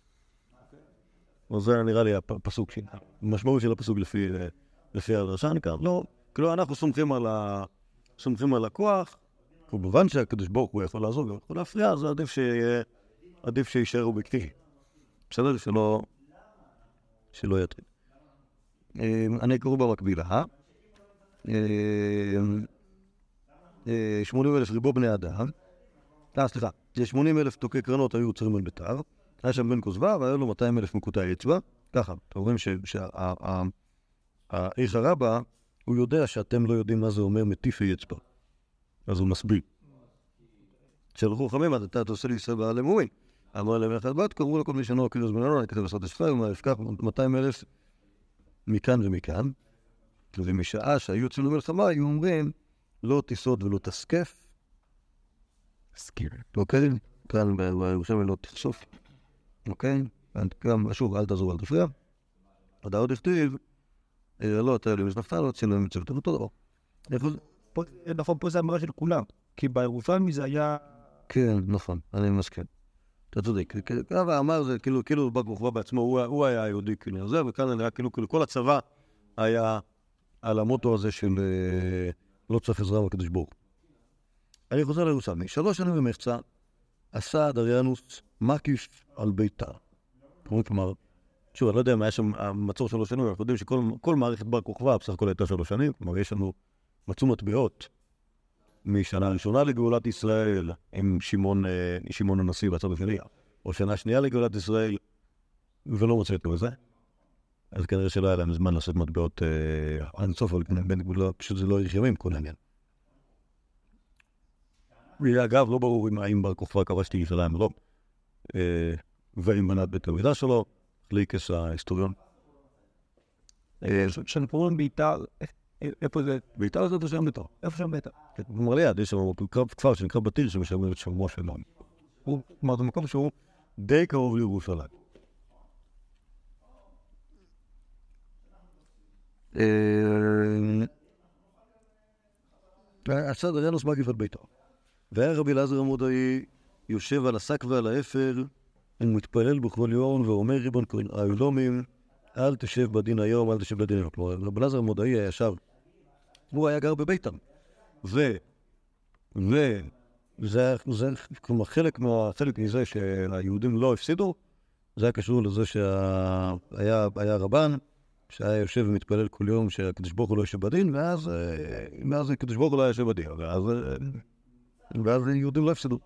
וזה נראה לי הפסוק שלה. המשמעות של הפסוק לפי, לפי הדרשה נקרא. לא, כאילו אנחנו סומכים על ה... סומכים על הכוח, כמובן שהקדוש ברוך הוא יכול לעזור, יכול להפריע, אז עדיף שיהיה, עדיף שישאר אובייקטיבי. בסדר? שלא, שלא יטריד. אני אקרוא במקבילה. שמונים אלף ריבו בני אדם. אה, סליחה. שמונים אלף תוקי קרנות היו עוצרים על ביתר. היה שם בן כוסבא, והיו לו מאתיים אלף מקוטעי אצבע. ככה, אתם רואים שהאיך הרבה, הוא יודע שאתם לא יודעים מה זה אומר מטיפי אצבע. אז הוא מסביר. שלחו חכמים, עד אתה תעשה לי ישראל ועל אמומין. אמר להם אחד בת, קראו לכל מי שאינו מכיר זמן אלון, כתב עשרת השפחה, ומה יפקח מאתיים אלף מכאן ומכאן. ומשעה שהיו יוצאים למלחמה, היו אומרים, לא תסעוד ולא תסקף. תזכיר. אוקיי? כאן בירושלים לא תחשוף. אוקיי? גם, שוב, אל תעזור, אל תפריע. עד עוד הכתיב, לא, אתה אלוהים זנחתנו, לא תצאנו למצוות, אותו דבר. נכון, פה זה אמרה של כולם, כי בירושלמי זה היה... כן, נכון, אני מסכים. אתה צודק. ככה אמר זה, כאילו בר כוכבא בעצמו, הוא היה יהודי, כאילו, זה, וכאן היה כאילו, כל הצבא היה על המוטו הזה של לא צריך עזרה בקדוש ברוך הוא. אני חוזר לירושלמי. שלוש שנים במחצה עשה אדריאנוס מקיף על ביתר. כלומר, שוב, אני לא יודע מה היה שם מצור שלוש שנים, אנחנו יודעים שכל מערכת בר כוכבא בסך הכל הייתה שלוש שנים, כלומר, יש לנו מצאו מטבעות משנה ראשונה לגאולת ישראל עם שמעון, שמעון הנשיא בצד השני, או שנה שנייה לגאולת ישראל, ולא מוצא את זה. אז כנראה שלא היה להם זמן לעשות מטבעות עד סוף, אבל פשוט זה לא האריך ימים, כל העניין. אגב, לא ברור אם בר כוכבא כבש את ירושלים או לא, ואם בנה את בית המקדש שלו, ליקס ההיסטוריון. שאני קוראים ביתר, איפה זה? ביתר זה שם ביתר. איפה שם ביתר? הוא אומר ליד, יש שם כפר שנקרא בתיר שמשמר את שמו שלנו. הוא אומר, זה מקום שהוא די קרוב לירושלים. עשה אדריאנוס מקיף על ביתר. והיה רבי אלעזר המודעי יושב על השק ועל האפר, ומתפלל בכל יום ואומר ריבון העולמים, אל תשב בדין היום, אל תשב בדין היום. כלומר, רבי אלעזר המודעי היה ישב. הוא היה גר בביתר. ו... ו... זה, זה, כלומר, חלק מהחלק מזה שהיהודים לא הפסידו, זה היה קשור לזה שהיה היה רבן, שהיה יושב ומתפלל כל יום שהקדוש ברוך הוא לא יושב בדין, ואז, ואז הקדוש ברוך הוא לא יושב בדין, ואז, ואז יהודים לא הפסידו.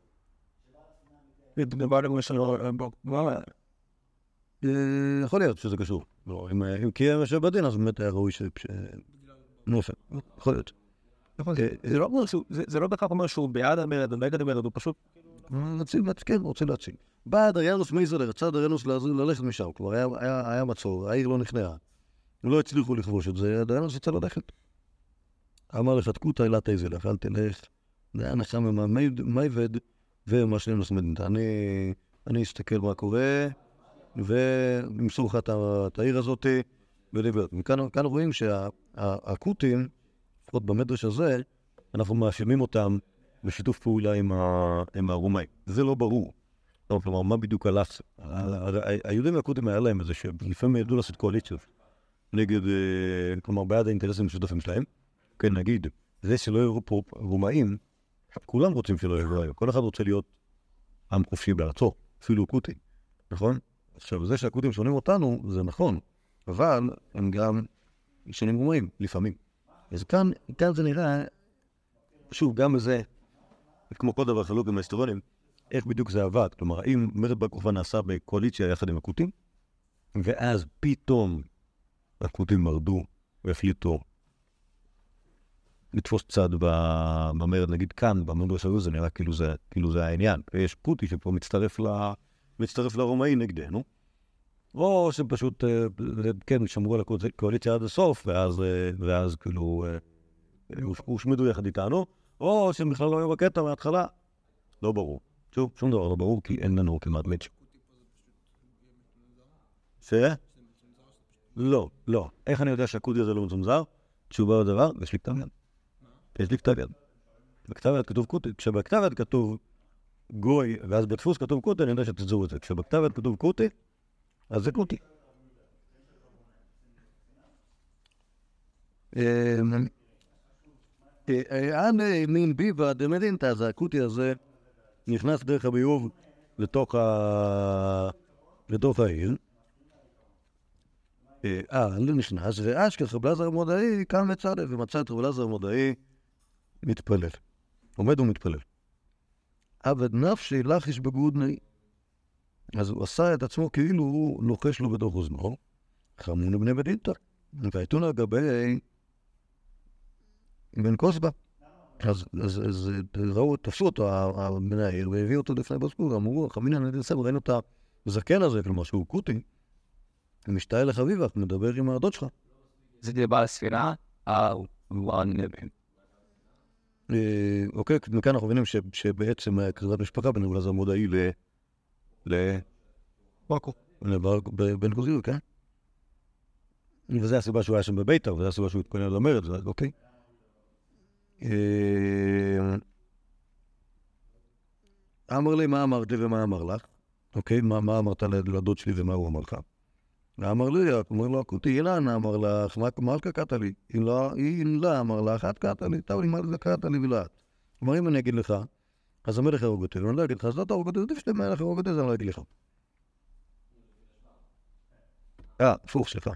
יכול להיות שזה קשור. אם כי הם יושב בדין, אז באמת היה ראוי ש... נופל, יכול להיות. זה לא בכך אומר שהוא בעד המרד, או נגד המרד, הוא פשוט... כן, רוצה להציל. בא דריינוס מייזלר, רצה דריינוס ללכת משם, כבר היה מצור, העיר לא נכנעה. לא הצליחו לכבוש את זה, דריינוס יצא ללכת. אמר לך, תקוטה אלת איזה לך, אל תלך. זה היה נחם עם המייבד ומה שלהם נסמדת. אני אסתכל מה קורה, ונמסור לך את העיר הזאת ולביות. וכאן רואים שהקוטים, לפחות במדרש הזה, אנחנו מאשימים אותם בשיתוף פעולה עם הרומאים. זה לא ברור. כלומר, מה בדיוק הלך? היהודים והקוטים היה להם איזה שלפעמים ידעו לעשות קואליציות נגד, כלומר, בעד האינטרסים המשותפים שלהם. כן, נגיד, זה שלא יראו פה רומאים, כולם רוצים שלא יראו. כל אחד רוצה להיות עם חופשי בארצו, אפילו קוטי, נכון? עכשיו, זה שהקוטים שונים אותנו, זה נכון, אבל הם גם שונים רומאים, לפעמים. אז כאן, כאן זה נראה, שוב, גם בזה, כמו כל דבר חלוק עם ההיסטוריונים, איך בדיוק זה עבד? כלומר, האם מרד בר כוכבא נעשה בקואליציה יחד עם הקוטים, ואז פתאום הקוטים מרדו והחליטו לתפוס צד במרד, נגיד כאן, במדרש הזה, זה נראה כאילו זה, כאילו זה העניין. ויש קוטי שפה מצטרף, ל, מצטרף לרומאי נגדנו, או שפשוט, כן, שמרו על הקואליציה עד הסוף, ואז, ואז כאילו, הושמדו יחד איתנו, או שהם בכלל לא היו בקטע מההתחלה. לא ברור. שוב, שום דבר לא ברור, כי אין לנו כמעט מיץ'. ש? לא, לא. איך אני יודע שהקוטי הזה לא מצומזר? תשובה בדבר, יש לי כתב יד. יש לי כתב יד. בכתב יד כתוב קוטי. כשבכתב יד כתוב גוי, ואז בדפוס כתוב קוטי, אני יודע שתזהו את זה. כשבכתב יד כתוב קוטי, אז זה קוטי. אנא מין ביבה דמדינתא, אז הקוטי הזה נכנס דרך הביוב לתוך העיר. אה, לא נכנס, ואשכח רב אלעזר המודעי קם וצדה, ומצא את רב אלעזר המודעי מתפלל. עומד ומתפלל. עבד נפשי לחיש בגודני. אז הוא עשה את עצמו כאילו הוא לוחש לו בתוך אוזנו. חמון בני בדינתא. והייתון על גבי בן כוסבא. אז, אז, אז ראו, תפסו אותו בני העיר והביאו אותו לפני בוסקור. אמרו, חמינא נדרסה, וראינו את הזקן הזה, כלומר שהוא קוטי. ומשתעל לחביבך, מדבר עם הדוד שלך. זה דיבר הספירה, הוא הנבן. אוקיי, מכאן אנחנו מבינים שבעצם קרבת משפחה בין רב אלעזר המודעי ל... ל... ברקו. בן גוזיר, כן? וזו הסיבה שהוא היה שם בביתר, וזו הסיבה שהוא התכונן למרד, אוקיי? אמר לי, מה אמרת לי ומה אמר לך? אוקיי, מה אמרת לדוד שלי ומה הוא אמר לך? אמר לי, אמר לו, קוטי אילן, אמר לך, מה אל קקעת לי? אם לא, אמר לך, את קעת לי, טוב לי, מה זה קעת לי ולא את? כלומר, אם אני אגיד לך, אז המלך הרוג אותי, ואני לא אגיד לך, אז לא תהרוג אותי, עדיף שאתה מלך הרוג אותי, אז אני לא אגיד לך. אה, פוך, סליחה.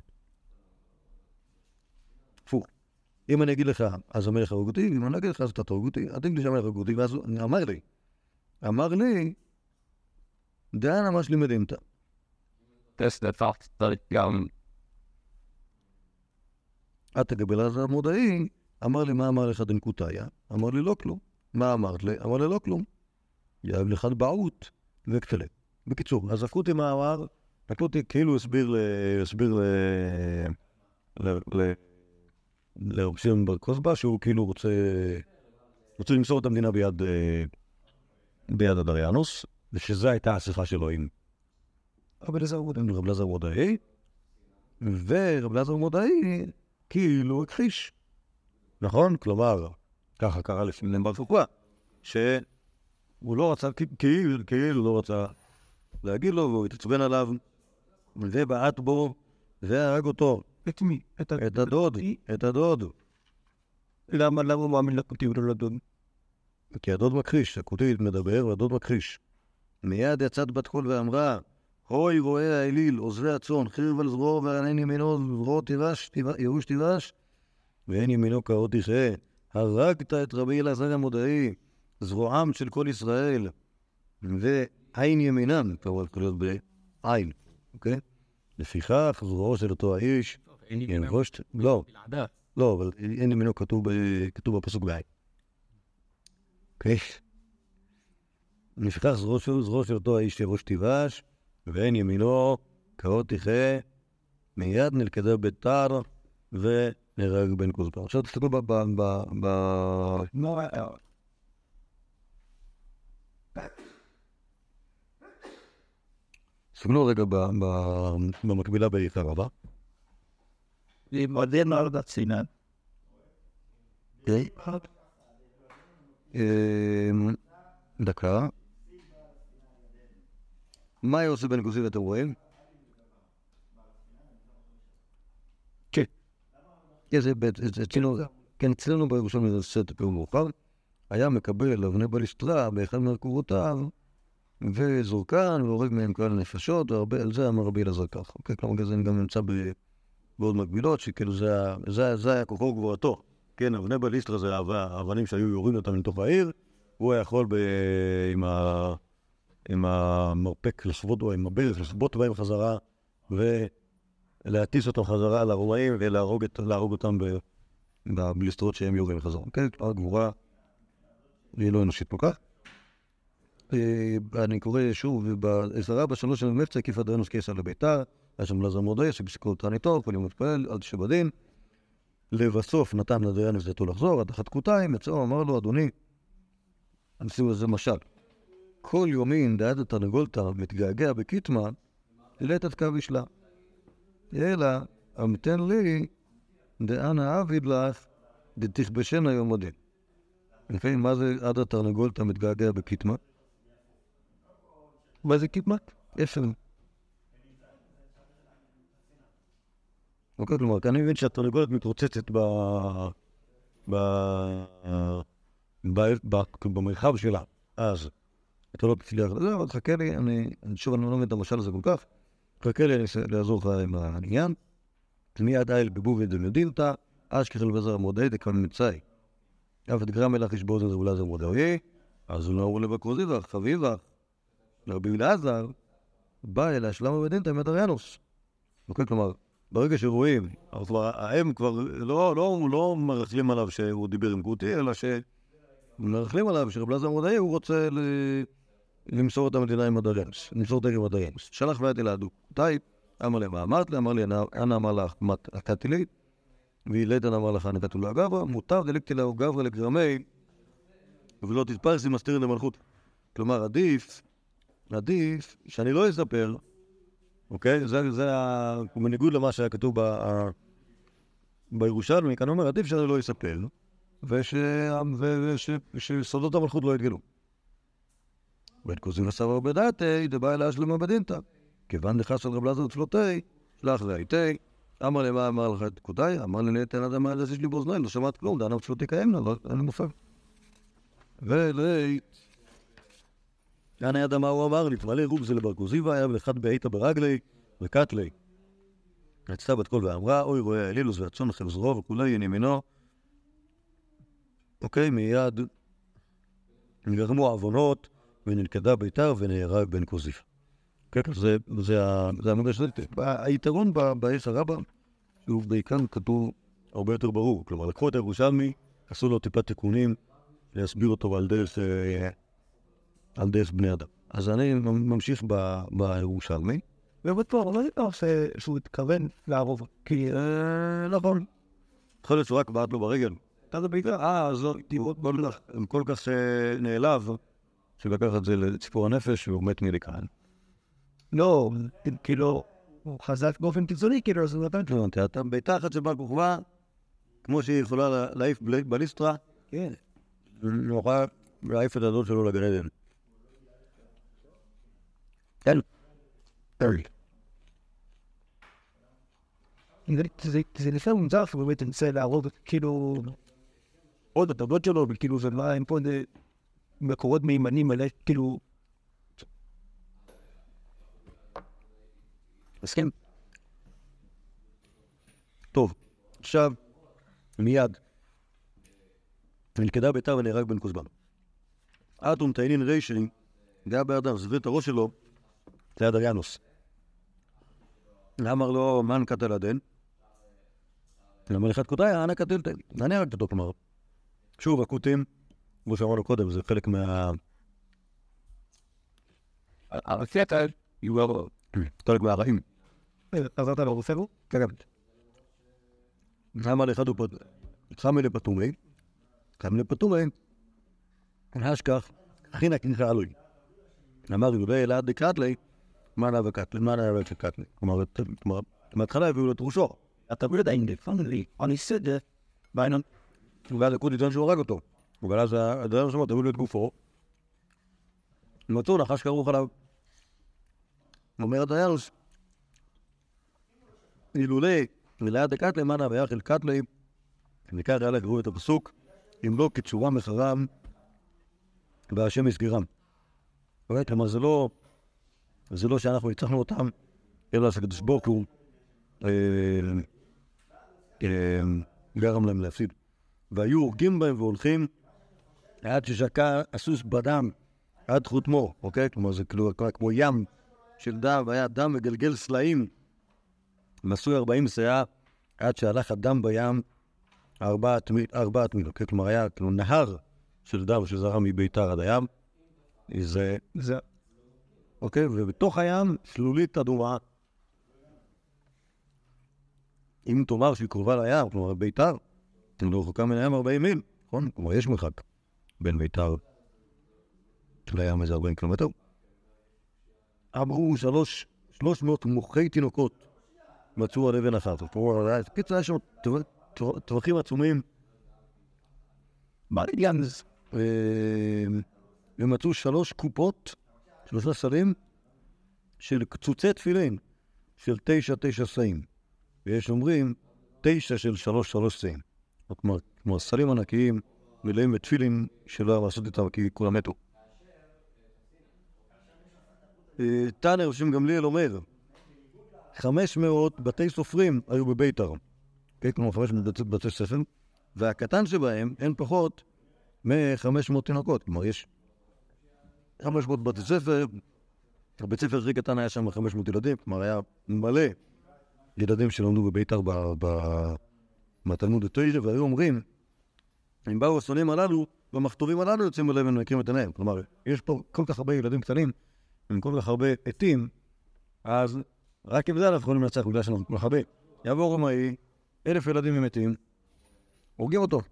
פוך. אם אני אגיד לך, אז המלך הרוג אותי, ואם אני לא אגיד לך, אז אתה תהרוג אותי, עדיף לי שהמלך הרוג אותי, ואז הוא אמר לי, אמר לי, דען אמר שלי מדינתא. תסתפח, צריך גם... אתה גבל אז המודעי, אמר לי, מה אמר לך דנקותיה? אמר לי, לא כלום. מה אמרת לי? אמר לי, לא כלום. יאהב לך בעות וכתלה. בקיצור, אז הקוטי מה אמר? הקוטי כאילו הסביר ל... הסביר ל... ל... ל... לרב שמעון בר כוסבא, שהוא כאילו רוצה... רוצה למסור את המדינה ביד... ביד הדריינוס, ושזו הייתה השיחה שלו עם... רב אלעזר המודעי, ורב אלעזר המודעי כאילו הכחיש. נכון? כלומר, ככה קרה לפני בר כוכבא, שהוא לא רצה, כאילו, כאילו לא רצה להגיד לו, והוא התעצבן עליו, ובעט בו, והרג אותו. את מי? את הדוד, את הדוד. למה, למה הוא מאמין לכותי ולא לדוד? כי הדוד מכחיש, הכותי מדבר והדוד מכחיש. מיד יצאת בת קול ואמרה, הוי רואה האליל, עוזרי הצאן, חרב על זרועו וענן ימינו, זרועו תירש, ירוש תירש, ואין ימינו כאות תחיה. הרגת את רבי אלעזר המודעי, זרועם של כל ישראל, ועין ימינם, כבר יכול להיות בעין, אוקיי? לפיכך, זרועו של אותו האיש, ינבוש... לא, לא, אבל אין ימינו כתוב בפסוק בעין. אוקיי? לפיכך, זרועו של אותו האיש ירוש תירש, ואין ימינו כאות תחיה, מיד נלכדה ביתר, ונהרג בן כוזבא. עכשיו תסתכלו ב... ב... ב... תסתכלו רגע במקבילה בעיקר רבה. עוד אין מרדת סינן. דקה. מה היה עושה בן כוזבא, אתם רואים? כן. כן, אצלנו בירושלים זה סט פעול מאוחר, היה מקבל אבני בליסטרה באחד מרכובותיו, וזורקן, והורג מהם כלל הנפשות, והרבה על זה אמר רבי אלעזר ככה. אוקיי, כלומר, זה גם נמצא בעוד מקבילות, שכאילו זה היה כוחו גבורתו. כן, אבני בליסטרה זה האבנים שהיו יורים אותם לתוך העיר, הוא היה יכול עם המרפק לחבוט, או עם הברך לחבוט בהם חזרה, ולהטיס אותם חזרה לרומאים, ולהרוג אותם בבליסטרות שהם יורים חזרה. אוקיי, הגבורה היא לא אנושית כל כך. אני קורא שוב, בעזרה בשלוש של מבצע, כיף אדרנוס כיסה לביתר, היה שם אלעזר מודעי, שבסיכו תעניתו, כל יום מתפעל, עד שבדין. לבסוף נתן לדריאנוס דתו לחזור, עד אחת כותיים, יצאו, אמר לו, אדוני, עשינו איזה משל. כל יומין דעת התרנגולתא מתגעגע בקיטמה, לעת עד קו ישלה. אלא, המתן לי, דאנה אביד לך, דתכבשנה יום הדין. לפעמים, מה זה עד התרנגולתא מתגעגע בקיטמה? מה זה קיטמה? אפם. אוקיי, כלומר, אני מבין שהתרנגולת מתרוצצת במרחב שלה. אז, אתה לא תצליח לזה, אבל חכה לי, אני, שוב, אני לא מבין את המשל הזה כל כך, חכה לי, אני לעזור לך עם העניין. מיד איל בבובי דמדינתא, אשכחל בזר המודעי דקל מצאי. אף את גרם אלך ישבוז את אולעזר מודעי, אז הוא נאמרו לבקרוזיבך, חביבך, לרבי אלעזר, בא אל השלמה בדינתא עם הדריאנוס. אוקיי, כלומר, ברגע שרואים, הם כבר לא, לא, לא מרכלים עליו שהוא דיבר עם כותי, אלא שמרכלים עליו שרבי אלעזר מודעי הוא רוצה ל... למסור את המדינה עם הדריאנוס, למסור את העיר עם הדריאנוס. שלח ואת אלעדו. כותי, אמר לי, מה אמרת לי? אמר לי, אנא אמר לך, נתתי לי, וילדן אמר לך, נתתו לה גברא, מוטב דליקתי לה גברא לגרמי, ולא תתפרסי מסתיר למלכות. כלומר, עדיף, עדיף שאני לא אספר, אוקיי? זה, זה בניגוד למה שהיה כתוב בירושלמי, כאן אומר, עדיף שאני לא אספר, ושסודות המלכות לא יתגלו. ואת כוזים לסבר בדעתי, דבא אלה השלמה בדינתא. כיוון נכנס על רב אלעזר תפילותי, שלח והייתי, אמר לי, מה אמר לך את כותיי? אמר לי, נתן אדם על זה יש לי באוזניים, לא שמעת כלום, דענה תפילותי קיימנה, לא, אין לי מופע. ולי, כאן היה דמה הוא אמר לי, תמלא רוב זה לבר כוזיבא, היה ולחד בעיתה ברגלי, וקטלי. רצתה בת קול ואמרה, אוי רואה האלילוס והצאן אחל זרוע וכולי אין ימינו. אוקיי, מיד נגרמו עוונות, ונלכדה ביתר ונהרג בן כוזיבא. כן, זה, זה, זה המדע שזלתי. היתרון בעשר רבא, שהוא בעיקר כתוב הרבה יותר ברור. כלומר, לקחו את הירושלמי, עשו לו טיפה תיקונים, להסביר אותו על דרך, על דרך בני אדם. אז אני ממשיך בירושלמי. ובטוח, לא נתנו שהוא התכוון לערוב, כי נכון. יכול להיות שהוא רק בעט לו ברגל. אתה זה בעיקר, אה, אז לא, הם כל כך נעלב, שלקח את זה לציפור הנפש, והוא מת מלכאן. לא, כאילו, הוא חזק באופן קיצוני, כאילו, אז הוא נתן. לא, אתה ביתה אחת שבאה כוכבה, כמו שהיא יכולה להעיף בליסטרה, כן. נוכל להעיף את הדוד שלו לגן עדן. כן. ארי. זה לפעמים מוזר שהוא באמת ננסה להרוג, כאילו, עוד הטבות שלו, וכאילו זה מה, אין פה איזה מקורות מימנים מלא, כאילו... הסכם. טוב, עכשיו, מיד. נלכדה ביתר ונהרג בן כוזבן. אטום תאינין ריישין, זה היה באדם, סביר את הראש שלו, זה היה דריאנוס. אמר לו, מן קטל הדן? למלכת קודאי, אנא קטלתן. אני הרגת אותו, כלומר. שוב, הקוטים, כמו שאמרנו קודם, זה חלק מה... הרפייתה, יואר... חלק מהרעים. עזרת לרופאו? כן. אמר לאחד הוא פת... חמי לפתומי, חמי לפתומי, השכח, הכינה כנכה אלוהי. אמר לו, אלעד דקטלי, מה נע וקטלי, מה נע וקטלי. כלומר, מההתחלה הביאו לו את ראשו. אתה לא יודע, פאנלי, אני סדר, בעינון. ואז הקוד יטען שהוא הרג אותו. אבל אז הדברים שמות, הביאו לו את גופו. מצאו נחש קרוך עליו. אומר הדיינוס, אילולי, אלעד דקטלי, מה נע ויחל קטלי, וכך היה לקראו את הפסוק, אם לא כתשורה מחרם, והשם יסגירם. כלומר, זה לא, זה לא שאנחנו הצלחנו אותם, אלא שהקדוש ברוך הוא גרם להם להפסיד. והיו הורגים בהם והולכים עד ששקע הסוס בדם, עד חוטמו, אוקיי? כלומר, זה כמו ים של דם, והיה דם מגלגל סלעים, מסוי ארבעים סאה, עד שהלך הדם בים ארבעת מיל, אוקיי? כלומר, היה כאילו נהר של דם שזרם מביתר עד הים, זה, זה, אוקיי? ובתוך הים שלולית אדומה, אם תאמר שהיא קרובה לים, כלומר, ביתר, לא רחוקה מן הים ארבעים מיל, נכון? כלומר, יש מרחק בין ביתר לים איזה ארבעים קילומטר. אמרו שלוש, שלוש מאות מוחי תינוקות מצאו על אבן אחת. כלומר, קיצר, יש שם טווחים עצומים. מה לעניין זה? ומצאו שלוש קופות, שלושה סלים, של קצוצי תפילין, של תשע, תשע סעים. ויש אומרים, תשע של שלוש, שלוש סעים. כלומר, כמו סלים ענקיים, מלאים בתפילין שלא היה לעשות איתם, כי כולם מתו. תנא רבי שמעון גמליאל אומר, חמש מאות בתי סופרים היו בביתר. כלומר, חמש מאות בתי ספר, והקטן שבהם אין פחות מ-חמש מאות תינוקות. כלומר, יש חמש מאות בתי ספר, הבית ספר הכי קטן היה שם חמש מאות ילדים, כלומר, היה מלא ילדים שלמדו בביתר בתלמוד התורה, והיו אומרים, אם באו השונאים הללו, במכתובים הללו יוצאים אליהם ונקרים את עיניהם. כלומר, יש פה כל כך הרבה ילדים קטנים, עם כל כך הרבה עתים, אז רק עם זה אנחנו יכולים לנצח בגלל שאנחנו כל כך הרבה. יעבור רמאי, אלף ילדים עם עתים, הורגים אותו.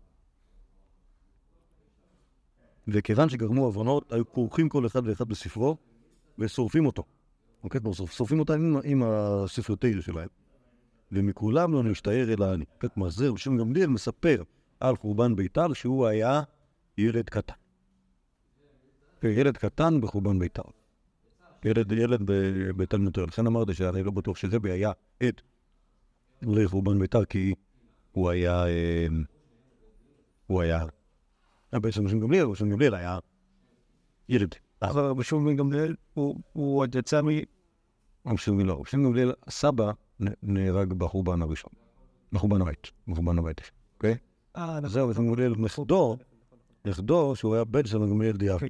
וכיוון שגרמו עוונות, היו כורכים כל אחד ואחד בספרו, ושורפים אותו. אוקיי? שורפים אותם עם, עם הספרותי שלהם. ומכולם לא נשתער אלא אני. כלומר, זה רבי שמעון גמליאל מספר על חורבן ביתר שהוא היה ילד קטן. ילד קטן בחורבן ביתר. ילד, ילד בתלמוד תורה. לכן אמרתי שאני לא בטוח שזה היה עת לחורבן ביתר, כי הוא היה, הוא היה, בעצם רבי שמעון גמליאל, רבי שמעון גמליאל היה ילד. אבל רבי שמעון גמליאל הוא עוד יצא מ... רבי שמעון לא, רבי שמעון גמליאל, הסבא נהרג בחורבן הראשון, בחורבן הבית, בחורבן הבית, אוקיי? אה, נכון. זהו, רבי שמעון גמליאל נכדו, נכדו שהוא היה בן של רבי גמליאל דיאב.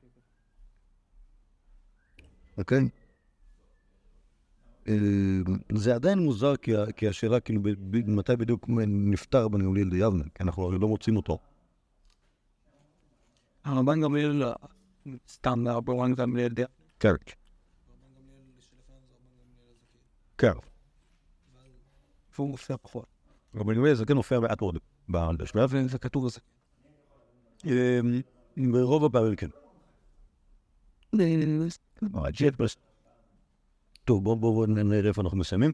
אוקיי? זה עדיין מוזר, כי השאלה כאילו מתי בדיוק נפטר רבי גמליאל דיאבנה, כי אנחנו הרי לא מוצאים אותו. הרבן גמליאל סתם, הרבן גמליאל דיאב. כן. כן. והוא מופיע פחות. רבי גמליאל זה כן מופיע מעט מאוד בשמע, וזה כתוב הזה. ברוב הפעמים כן. טוב, בואו נראה איפה אנחנו מסיימים.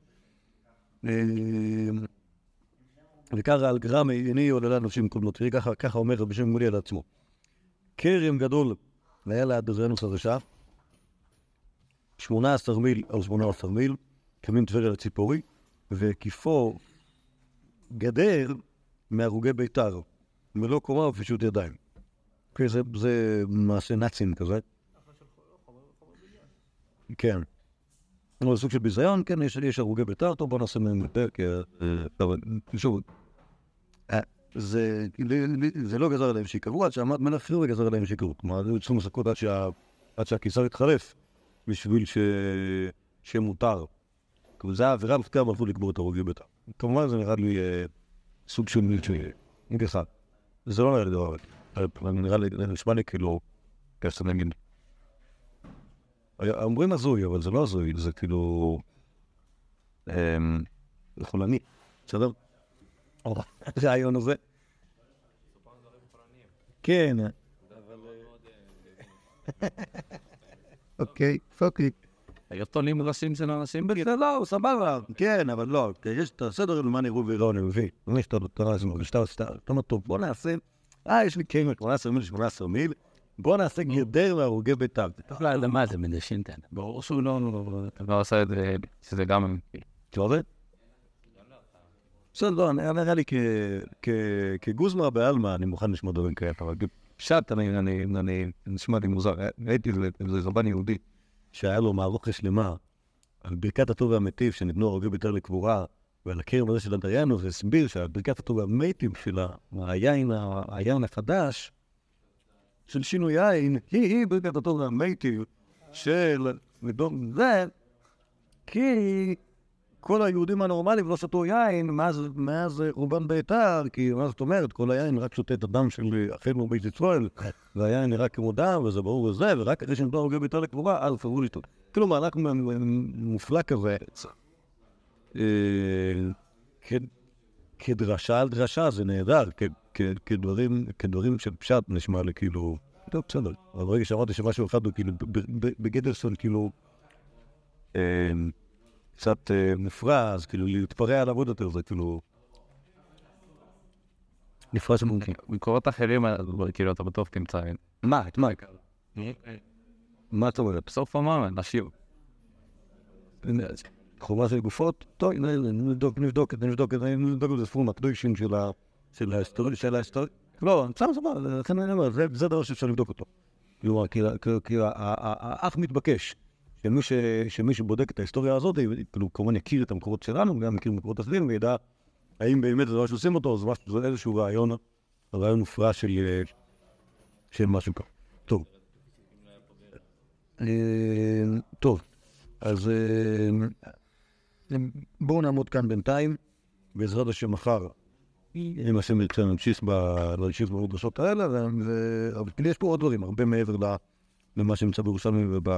וככה על גרם עיני עוללה נפשים קודמות. תראי, ככה אומר רבי שמעון גמליאל לעצמו. כרם גדול היה ליד דריאנוס הרשע, שמונה עשר מיל או שמונה עשר מיל, כמין טבריה לציפורי, והקיפו גדר מהרוגי ביתר, ולא קומה ופשוט ידיים. כי זה, זה מעשה נאצים כזה. כן. אבל סוג של ביזיון, כן, יש, יש הרוגי בית"ר, טוב, בוא נעשה מהם יותר, כי... אבל, שוב, זה, זה לא גזר עליהם שיקרו, עד שעמד מלך חירור וגזר עליהם שיקרו. כלומר, היו צריכים לחכות עד, שה, עד שהקיסר יתחלף, בשביל ש, שמותר. כלומר, זה העבירה מפתיעה, אבל הלכו לקבור את הרוגי בית"ר. כמובן, זה נראה לי אה, סוג של מילצ'י, נגחה. זה לא נראה לי דבר, אבל נראה לי, נשמע לי כאילו, כסת נגיד. אומרים הזוי, אבל זה לא הזוי, זה כאילו... זה חולני, בסדר? רעיון הזה. כן. אוקיי, אוקיי. היו תולים ראשים של אנשים בגלל. זה לא, סבבה. כן, אבל לא. יש את הסדר למען יראו ויראו, אני מביא. אני שאתה אומר, טוב, בוא נעשה... אה, יש לי קיימר, שמונה עשרה מיל, שמונה עשרה מיל. בוא נעשה גדר להרוגי בית"ר. טוב לה, מה זה מדשינטן? ברור שהוא לא... אתה לא עושה את זה, שזה גם... אתה עובד? בסדר, לא, נראה לי כגוזמה באלמה, אני מוכן לשמוע דברים כאלה, אבל פשט, אני נשמע לי מוזר. ראיתי איזה רבן יהודי שהיה לו מערוכת שלמה על ברכת הטוב והמטיב שניתנו הרוגי בית"ר לקבורה, ועל הכרם הזה של הדיינו, זה הסביר שעל ברכת הטוב והמטיב של היין החדש, של שינוי יין, היא היא ברכת הטוב והמטיב של מדום זה, כי כל היהודים הנורמליים לא שתו יין מאז, מאז רובן בית"ר, כי מה זאת אומרת, כל היין רק שותה את הדם של אחינו בית ישראל, והיין נראה כמו דם, וזה ברור וזה, ורק אחרי שנתנו הרוגי בית"ר לקבורה, אז פרו לשתות. כלומר, רק מופלא כזה, כדרשה על דרשה, זה נהדר, כדברים של פשט נשמע לי כאילו, טוב, בסדר. אבל ברגע שאמרתי שמשהו אחד הוא כאילו, בגדרסון כאילו, קצת מפרז, כאילו להתפרע על עבוד יותר, זה כאילו... נפרז מומחים. מקורות אחרים, כאילו, אתה בטוח תמצא. מה? את מה? מה אתה אומרת? בסוף אמרנו, נשאיר. חומה של גופות? טוב, נבדוק, נבדוק, נבדוק, נבדוק את זה ספורם הקדושים של ההיסטוריה, של ההיסטוריה. לא, בסדר, סבבה, לכן אני אומר, זה דבר שאפשר לבדוק אותו. כלומר, כי האח מתבקש. שמי שבודק את ההיסטוריה הזאת, כאילו, כמובן יכיר את המקורות שלנו, גם יכיר מקורות אחרים, וידע האם באמת זה דבר שעושים אותו, זה איזשהו רעיון, רעיון מופרע של משהו ככה. טוב. טוב, אז בואו נעמוד כאן בינתיים, בעזרת השם מחר, אם השם ירצה נמשיך במדרשות האלה, אבל יש פה עוד דברים, הרבה מעבר למה שנמצא בירושלים וב...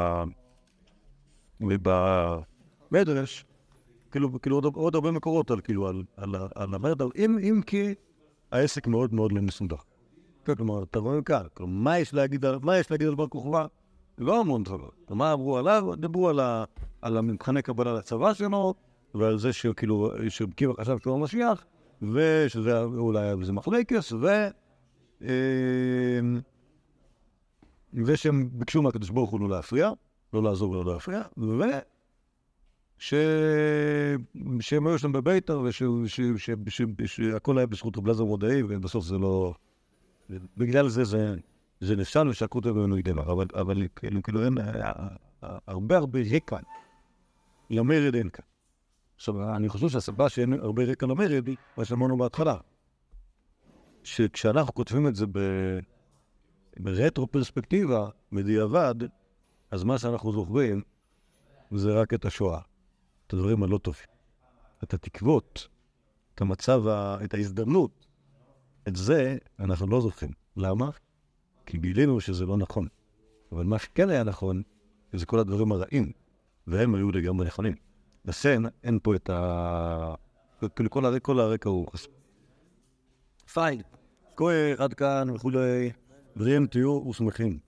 ובמדרש, כאילו, כאילו עוד, עוד הרבה מקורות על, כאילו, על, על, על המרד, אם, אם כי העסק מאוד מאוד לא מסודר. כלומר, אתה רואה כאן, כלומר, מה יש להגיד על, מה יש להגיד על בר כוכבא? לא המון דברים. מה אמרו עליו? דיברו על, ה, על המבחני קבלה לצבא שלו, ועל זה שכאילו, שקיבא חשב שהוא המשיח, ושזה אולי היה בזה מחלקס, ו... ושהם ביקשו מהקדוש ברוך הוא לא להפריע, לא לעזור ולא להפריע, ושהם היו שם בביתר, ושהכל היה בזכות רב אלעזר מודעי, ובסוף זה לא... בגלל זה זה נפסל ושעקרו אותו ממנו דבר, אבל כאילו אין הרבה הרבה רקע למרד אין כאן. עכשיו, אני חושב שהסיבה שאין הרבה רקע למרד, מה שאמרנו בהתחלה, שכשאנחנו כותבים את זה ברטרו פרספקטיבה, בדיעבד, אז מה שאנחנו זוכרים זה רק את השואה, את הדברים הלא טובים, את התקוות, את המצב, את ההזדמנות. את זה אנחנו לא זוכרים. למה? כי גילינו שזה לא נכון. אבל מה שכן היה נכון, זה כל הדברים הרעים, והם היו לגמרי נכונים. לכן אין פה את ה... כל הרקע, כל הרקע הוא חסר. פיין. כוי, עד כאן וכולי, בריאים תהיו ושמחים.